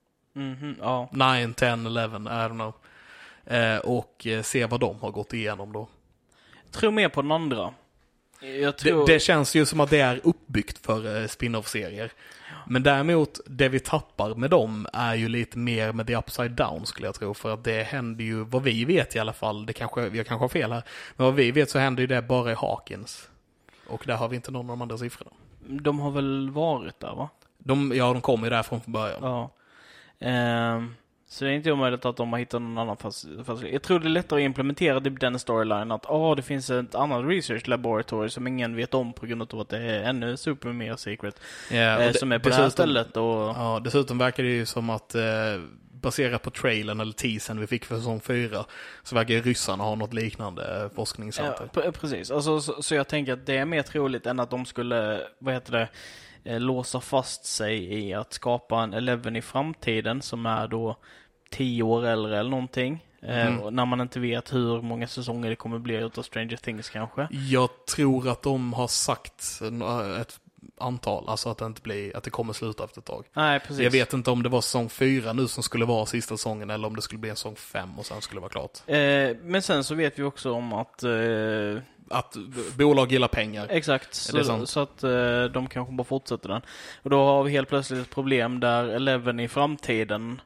Ja. 9, 10, 11, I don't know. Och se vad de har gått igenom då. Jag tror mer på den andra. Jag tror... Det känns ju som att det är uppbyggt för spin-off-serier. Men däremot, det vi tappar med dem är ju lite mer med The Upside Down, skulle jag tro. För att det händer ju, vad vi vet i alla fall, jag kanske har fel här, men vad vi vet så händer ju det bara i Hawkins. Och där har vi inte någon av de andra siffrorna. De har väl varit där, va? De kommer ju därifrån från början. Ja. Så det är inte omöjligt att de har hittat någon annan jag tror det är lättare att implementera den storyline att det finns ett annat research laboratory som ingen vet om på grund av att det är ännu super mer secret. Som är på det här stället. Och... Ja, dessutom verkar det ju som att baserat på trailern eller teasern vi fick för säsong 4 så verkar ju ryssarna ha något liknande forskningscenter. Ja, precis. Alltså, så jag tänker att det är mer troligt än att de skulle, låsa fast sig i att skapa en Eleven i framtiden som är då 10 år äldre eller någonting. När man inte vet hur många säsonger det kommer bli utav Stranger Things kanske. Jag tror att de har sagt ett antal, alltså att det kommer sluta efter ett tag. Nej, precis. Jag vet inte om det var säsong 4 nu som skulle vara sista säsongen eller om det skulle bli en säsong 5 och sen skulle det vara klart. Men sen så vet vi också om att bolag gillar pengar. Exakt, så att de kanske bara fortsätter den. Och då har vi helt plötsligt ett problem där Eleven i framtiden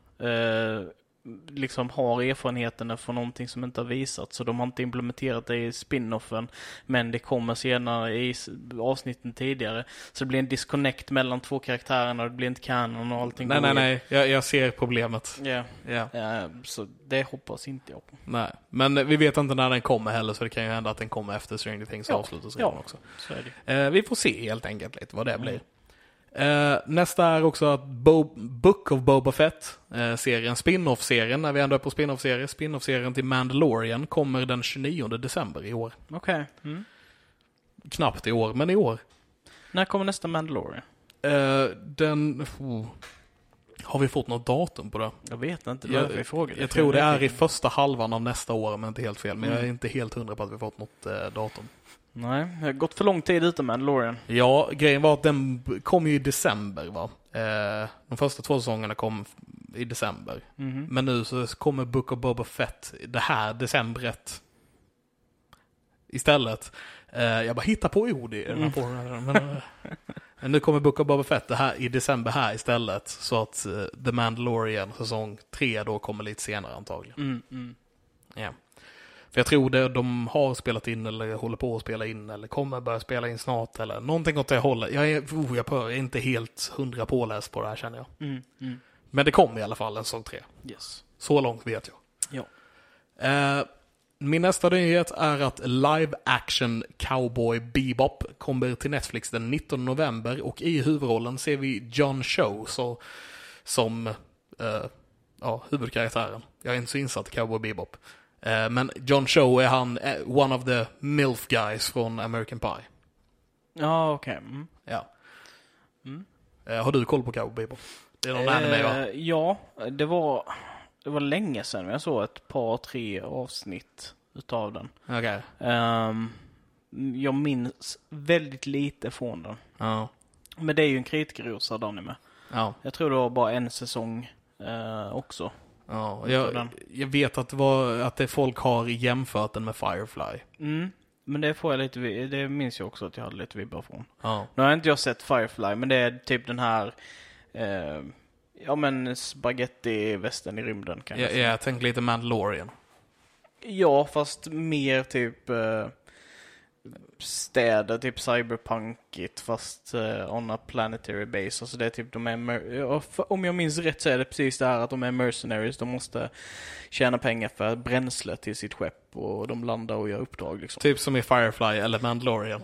liksom har erfarenheterna från någonting som inte har visat, så de har inte implementerat det i spin-offen, men det kommer senare i avsnitten tidigare, så det blir en disconnect mellan 2 karaktärerna och det blir inte canon och allting. Nej, jag ser problemet. Yeah. Så det hoppas inte jag på. Nej, men vi vet inte när den kommer heller, så det kan ju hända att den kommer efter Stranger Things avslutas redan också. Så är det. Vi får se helt enkelt lite vad det blir. Nästa är också att Book of Boba Fett serien, spin-off-serien, när vi ändå är på spin-off-serier, spin-off-serien till Mandalorian kommer den 29 december i år. Okej. Knappt i år, men i år. När kommer nästa Mandalorian? Har vi fått något datum på det? Jag vet inte, jag tror det är i första halvan av nästa år, men inte helt fel. Men jag är inte helt hundra på att vi fått något datum. Nej, det har gått för lång tid utan Mandalorian. Ja, grejen var att den kom ju i december, va? De första 2 säsongerna kom i december. Men nu så kommer Book of Boba Fett det här decembret istället. Jag bara hittar på ord i den här formen. Men nu kommer Book of Boba Fett det här i december här istället, så att The Mandalorian säsong 3 då kommer lite senare antagligen. Ja. För jag tror de har spelat in eller håller på att spela in eller kommer börja spela in snart eller någonting åt det hållet. Jag är inte helt 100 påläst på det här, känner jag. Men det kommer i alla fall en säsong 3. Yes. Så långt vet jag. Ja. Min nästa nyhet är att live action Cowboy Bebop kommer till Netflix den 19 november och i huvudrollen ser vi John Cho som huvudkaraktären. Jag är inte så insatt i Cowboy Bebop. Men John Cho är han one of the MILF guys från American Pie. Ja, okej. Ja. Har du koll på Cowboy Bebop? Det är någon anime, va? Ja, det var länge sedan jag såg ett par, 3 avsnitt utav den. Okej. Jag minns väldigt lite från den. Ja. Men det är ju en kritikerrosad anime. Ja. Jag tror det var bara en säsong också. Ja, jag vet att det folk har jämfört den med Firefly. Men det får jag lite, det minns jag också att jag hade lite vibbar från. Ja. Nu har inte jag sett Firefly, men det är typ den här spaghetti-västen i rymden kan jag säga. Jag tänker lite Mandalorian. Ja, fast mer typ städer, typ cyberpunkigt, fast on a planetary base. Alltså det är typ, om jag minns rätt så är det precis det här att de är mercenaries. De måste tjäna pengar för bränsle till sitt skepp och de landar och gör uppdrag liksom. Typ som i Firefly eller Mandalorian.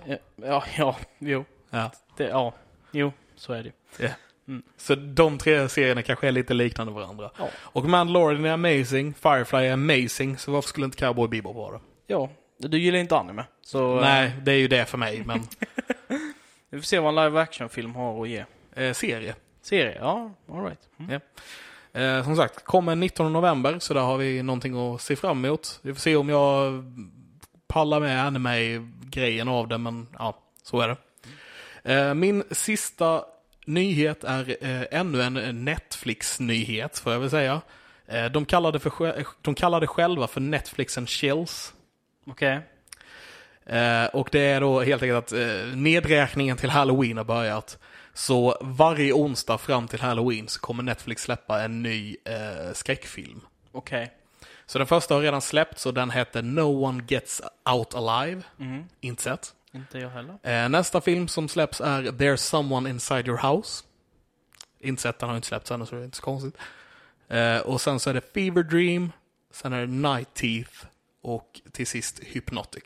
Jo, så är det. Yeah. Så de 3 serierna kanske är lite liknande varandra. Ja. Och Mandalorian är amazing, Firefly är amazing, så varför skulle inte Cowboy Bebop vara det? Ja, du gillar inte anime. Så, nej, det är ju det för mig, men... Vi får se vad en live-action-film har att ge. Serie. Serie, ja, all right. Yeah. Som sagt, kommer 19 november, så där har vi någonting att se fram emot. Vi får se om jag pallar med anime-grejen av det, men ja, så är det. Min sista nyhet är ännu en Netflix-nyhet, får jag väl säga. De kallade själva för Netflix and Chills. Okej. Och det är då helt enkelt att nedräkningen till Halloween har börjat. Så varje onsdag fram till Halloween så kommer Netflix släppa en ny skräckfilm. Okej. Så den första har redan släppts och den heter No One Gets Out Alive. Inte sett. Inte jag heller. Nästa film som släpps är There's Someone Inside Your House. Inte sett, den har inte släppts ännu så det är inte så konstigt. Och sen så är det Fever Dream. Sen är det Night Teeth. Och till sist Hypnotic.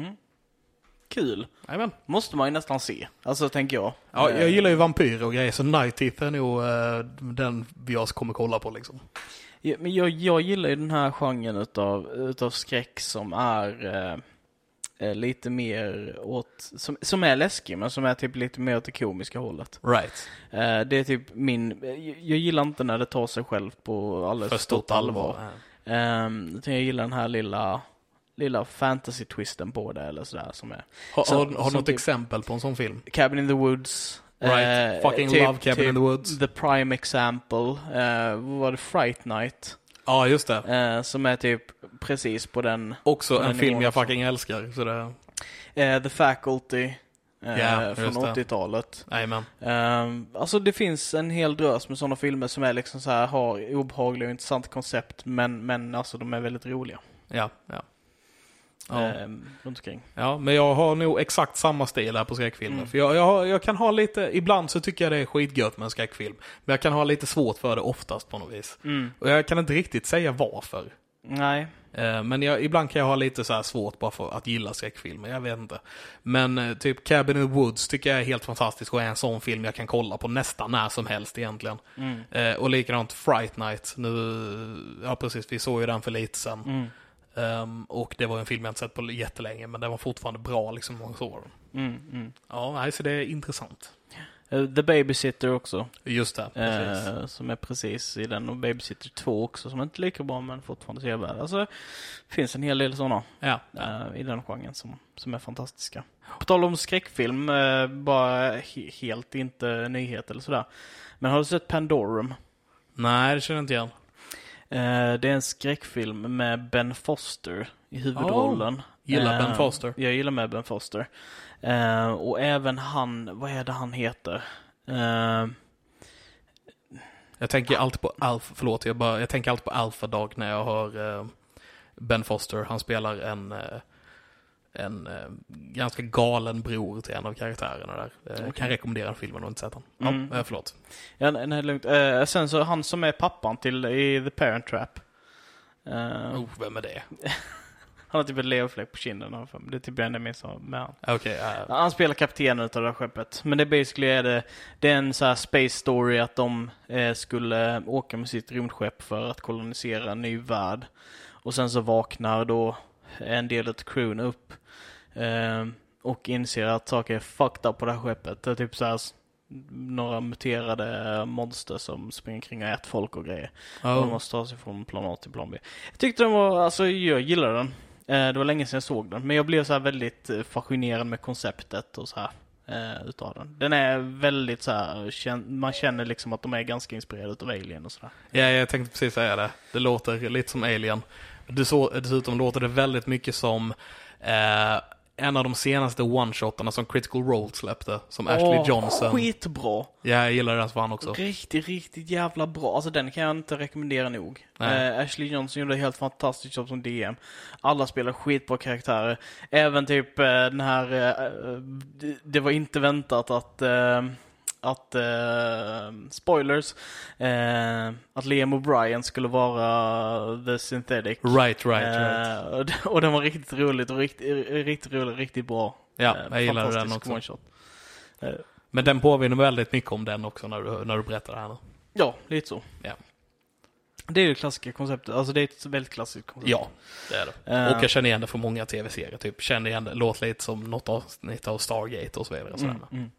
Kul. Amen. Måste man ju nästan se. Alltså tänker jag. Ja, jag gillar ju vampyrer och grejer. Så Night Teeth är nog den jag kommer kolla på liksom. Ja, men jag gillar ju den här genren utav skräck som är lite mer åt, som är läskig men som är typ lite mer åt det komiska hållet. Right. Det är typ jag gillar inte när det tar sig själv på alldeles för stort allvar. Jag gillar den här lilla fantasy-twisten på det eller sådär som är. Har något typ, exempel på en sån film? Cabin in the Woods. Right. Fucking typ, love Cabin in the Woods. The prime example. Vad var det? Fright Night. Ja, just det. Som är typ precis på den. Också en film jag fucking älskar. Så det... The Faculty. Från 80-talet. Amen. Alltså det finns en hel drös med sådana filmer som är liksom så här, har obehagliga och intressant koncept men alltså de är väldigt roliga. Ja. Runt omkring. Ja, men jag har nog exakt samma stil här på skräckfilmer. För jag kan ha lite, ibland så tycker jag det är skitgött med en skräckfilm. Men jag kan ha lite svårt för det oftast på något vis. Och jag kan inte riktigt säga varför. Nej. Men ibland kan jag ha lite så här svårt bara för att gilla skräckfilmer, jag vet inte. Men typ Cabin in the Woods tycker jag är helt fantastisk och är en sån film jag kan kolla på nästan när som helst egentligen. Och likadant Fright Night. Ja precis, vi såg ju den för lite sen. Och det var en film jag inte sett på jättelänge, men den var fortfarande bra liksom många år. Ja, så det är intressant. The Babysitter också. Just det, precis. Som är precis i den, och Babysitter 2 också som är inte lika bra men fortfarande sevärd. Alltså det finns en hel del sådana i den genren som är fantastiska. På tal om skräckfilm, bara helt inte nyhet eller sådär. Men har du sett Pandorum? Nej, det känner jag inte igen. Det är en skräckfilm med Ben Foster i huvudrollen. Gillar Ben Foster. Jag gillar med Ben Foster. Och även han, vad är det han heter? Jag tänker alltid på jag tänker alltid på Alpha Dog när jag hör Ben Foster. Han spelar en ganska galen bror till en av karaktärerna där. Jag kan rekommendera filmen och inte sett den. Ja, förlåt. Ja, nej, lugnt. Sen så han som är pappan till i The Parent Trap. Vem är det? Han har typ ett leverfläck på kinden. Det är typ en minst med han. Okay, han spelar kaptenen utav det här skeppet. Men det basically är en så här space story att de skulle åka med sitt rymdskepp för att kolonisera en ny värld. Och sen så vaknar då en del av crewen upp och inser att saker är fucked up på det här skeppet. Det är typ så här några muterade monster som springer kring och äter folk och grejer. Och de måste ta sig från plan A till plan B. Jag tyckte den var, alltså jag gillade den. Det var länge sedan jag såg den. Men jag blev så här väldigt fascinerad med konceptet och så här utav den. Den är väldigt så här, man känner liksom att de är ganska inspirerade utav Alien och sådär. Ja, jag tänkte precis säga det. Det låter lite som Alien. Dessutom låter det väldigt mycket som en av de senaste one-shotarna som Critical Role släppte, som Ashley Johnson. Skitbra. Ja, jag gillar den fan också. Riktigt jävla bra. Alltså den kan jag inte rekommendera nog. Ashley Johnson gjorde helt fantastiskt jobb som DM. Alla spelar skitbra karaktärer. Även typ den här det var inte väntat att spoilers att Liam O'Brien skulle vara The Synthetic. Right. Och den var riktigt roligt och riktigt bra. Ja, jag gillar den också. One-shot. Men den påminner väldigt mycket om den också när du berättar det här nu. Ja, lite så. Ja. Det är ju det klassiska konceptet. Alltså det är ett väldigt klassiskt koncept. Ja, det är det. Och jag känner igen det från många tv-serier. Typ känner igen det, låter lite som något avsnitt av Stargate och så vidare.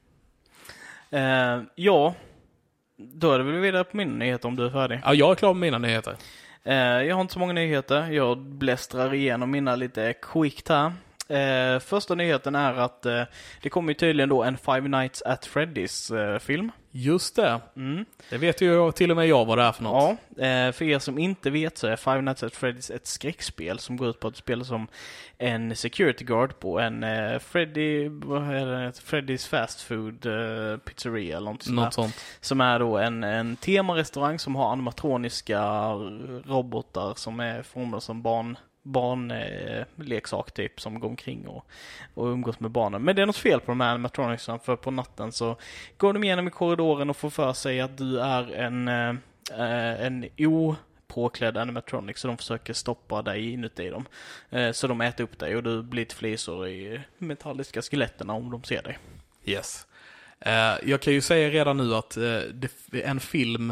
Ja, då är det väl vidare på mina nyheter om du är färdig. Ja, jag är klar med mina nyheter. Jag har inte så många nyheter. Jag blästrar igenom mina lite quickt här. Första nyheten är att det kommer ju tydligen då en Five Nights at Freddy's film. Just det. Det vet ju till och med jag vad det är för något. Ja, för er som inte vet så är Five Nights at Freddy's ett skräckspel som går ut på att spela som en security guard på en Freddy's fast food pizzeria eller något sånt. Som är då en temarestaurang som har animatroniska robotar som är formade som barnleksak typ som går omkring och umgås med barnen. Men det är något fel på de här animatronicsen, för på natten så går de igenom i korridoren och får för sig att du är en opåklädd animatronic, så de försöker stoppa dig inuti dem. Så de äter upp dig och du blir ett flisor i metalliska skeletterna om de ser dig. Yes. Jag kan ju säga redan nu att en film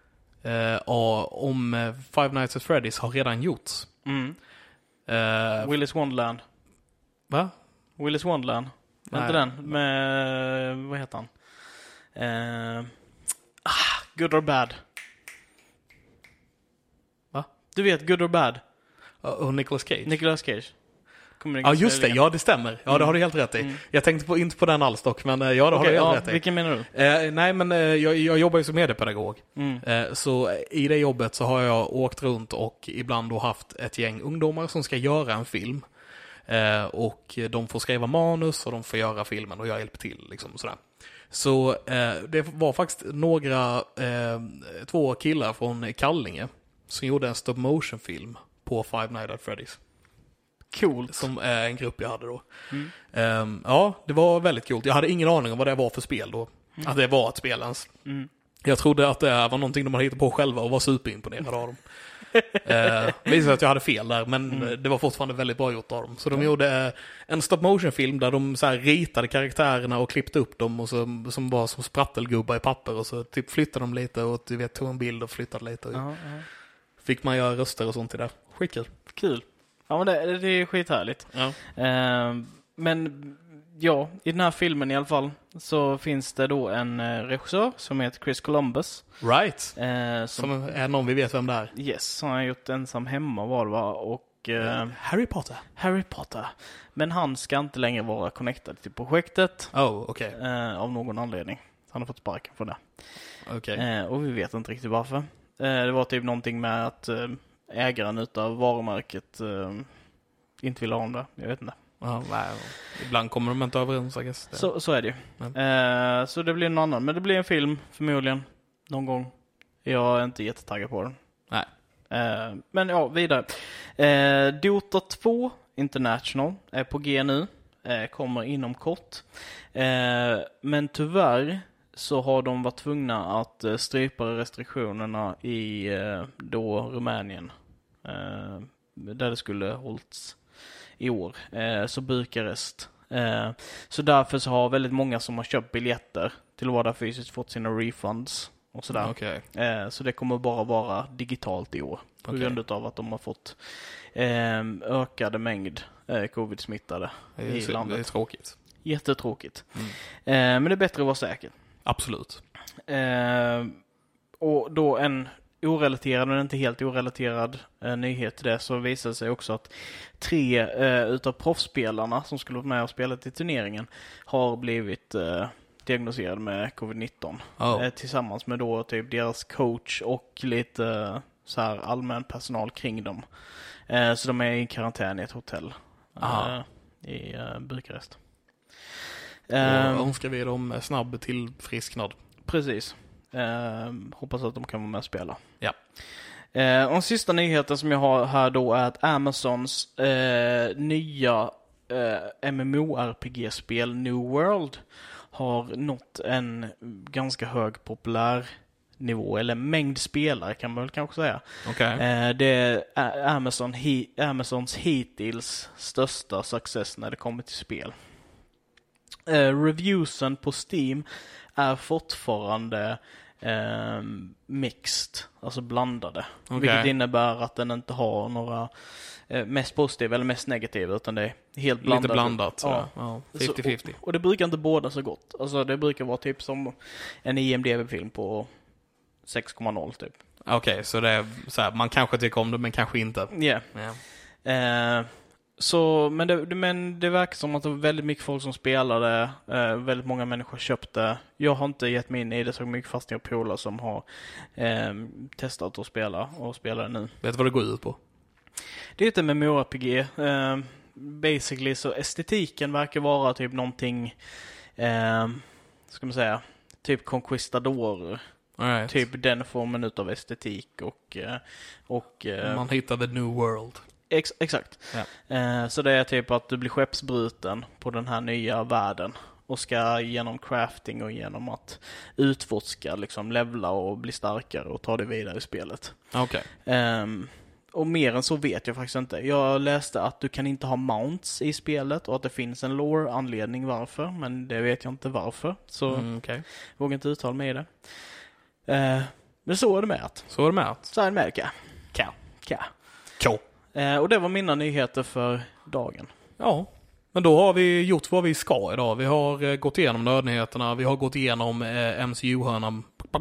om Five Nights at Freddy's har redan gjorts. Willy's Wonderland. Va? Willy's Wonderland. Inte den med, vad heter han? Good or Bad. Va? Du vet Good or Bad. Och Nicolas Cage. Ja, just det. Ja, det stämmer. Ja, det har du helt rätt i. Jag tänkte inte på den alls dock, men ja, det har du helt rätt i. Vilken menar du? Nej, men jag jobbar ju som mediepedagog. Så i det jobbet så har jag åkt runt och ibland då haft ett gäng ungdomar som ska göra en film. Och de får skriva manus och de får göra filmen och jag hjälper till liksom sådär. Så det var faktiskt två killar från Kallinge som gjorde en stop motion film på Five Nights at Freddy's. Coolt. Som är en grupp jag hade då. Ja, det var väldigt coolt. Jag hade ingen aning om vad det var för spel då. Att det var ett spel ens. Jag trodde att det var någonting de hade hittat på själva och var superimponerade av dem. Visade att jag hade fel där, men det var fortfarande väldigt bra gjort av dem. Så de gjorde en stop motion film där de så här ritade karaktärerna och klippte upp dem och så, som var som sprattelgubbar i papper, och så typ flyttade de lite och du vet, tog en bild och flyttade lite. Och fick man göra röster och sånt i det. Skitkul. Kul. Ja, men det är skithärligt. Ja. Men ja, i den här filmen i alla fall så finns det då en regissör som heter Chris Columbus. Right. Som är någon vi vet vem det är. Yes, som har gjort Ensam hemma var det, va? Och Harry Potter. Men han ska inte längre vara connectad till projektet. Okay. Av någon anledning. Han har fått sparken för det. Okay. Och vi vet inte riktigt varför. Det var typ någonting med att ägaren utav varumärket inte vill ha om det. Jag vet inte. Ibland kommer de inte överens. Så är det ju. Så det blir en annan. Men det blir en film förmodligen någon gång. Jag är inte jättetaggad på den. Nej. Men ja, vidare. Dota 2 International är på G nu. Kommer inom kort. Men tyvärr så har de varit tvungna att strypa restriktionerna i då Rumänien. Där det skulle hållits i år. Så Bukarest. Så därför så har väldigt många som har köpt biljetter till att vara där fysiskt fått sina refunds och sådär. Okay. Så det kommer bara vara digitalt i år. På grund av att de har fått ökade mängd covid-smittade i landet. Det är tråkigt. Jättetråkigt. Men det är bättre att vara säker. Absolut. Och då en orelaterad, men inte helt orelaterad nyhet till det, så visar det sig också att 3 utav proffsspelarna som skulle vara med och spela i turneringen har blivit diagnostiserade med covid-19. Tillsammans med då typ deras coach och lite så här allmän personal kring dem. Så de är i karantän i ett hotell i Bukarest. Och önskar vi dem snabb tillfrisknad. Precis. Hoppas att de kan vara med och spela. Ja. Och den sista nyheten som jag har här då är att Amazons nya MMORPG-spel New World har nått en ganska hög populär nivå, eller mängd spelare kan man väl kanske säga. Okay. Det är Amazons hittills största success när det kommer till spel. Reviewsen på Steam är fortfarande mixed, alltså blandade. Okay. Vilket innebär att den inte har några mest positiva eller mest negativa, utan det är helt blandat. Lite blandat, ja. 50-50. Och det brukar inte båda så gott. Alltså det brukar vara typ som en IMDb-film på 6,0 typ. Okej, så det är så här, man kanske tycker om det men kanske inte. Yeah. Så, men det verkar som att det var väldigt mycket folk som spelade. Väldigt många människor köpte. Jag har inte gett mig in i det så mycket, fast jag har polare som har testat att spela och spelar nu. Vet du vad det går ut på? Det är ett MMORPG. Basically så estetiken verkar vara typ någonting, ska man säga, typ Conquistador. Right. Typ den formen utav estetik och man hittar the new world. Exakt. Yeah. Så det är typ att du blir skeppsbruten på den här nya världen och ska genom crafting och genom att utforska liksom levla och bli starkare och ta det vidare i spelet. Okej. Och mer än så vet jag faktiskt inte. Jag läste att du kan inte ha mounts i spelet och att det finns en lore-anledning varför, men det vet jag inte varför. Så vågar inte uttala mig i det. Men så är det med att. Så är det med att. Så är det med K. Och det var mina nyheter för dagen. Ja, men då har vi gjort vad vi ska idag. Vi har gått igenom nördnyheterna. Vi har gått igenom MCU-hörnan.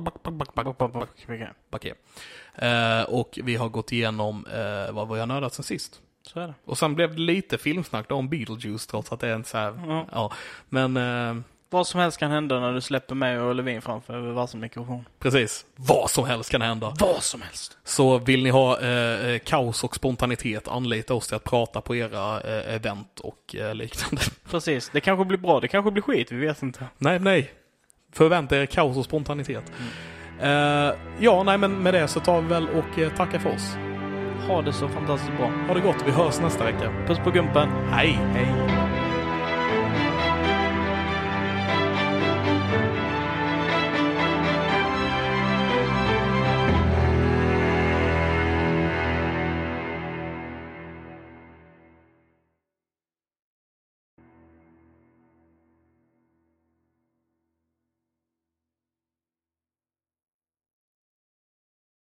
Och vi har gått igenom vad vi har nördat sen sist. Så är det. Och sen blev det lite filmsnack om Beetlejuice, trots att det är en så här... Ja. Men... vad som helst kan hända när du släpper mig och Levin framför varsin mikrofon. Precis. Vad som helst kan hända. Vad som helst. Så vill ni ha kaos och spontanitet, anlita oss till att prata på era event och liknande. Precis. Det kanske blir bra, det kanske blir skit, vi vet inte. Nej. Förvänta er kaos och spontanitet. Men med det så tar vi väl och tackar för oss. Ha det så fantastiskt bra. Ha det gott, vi hörs nästa vecka. Puss på gumpen. Hej.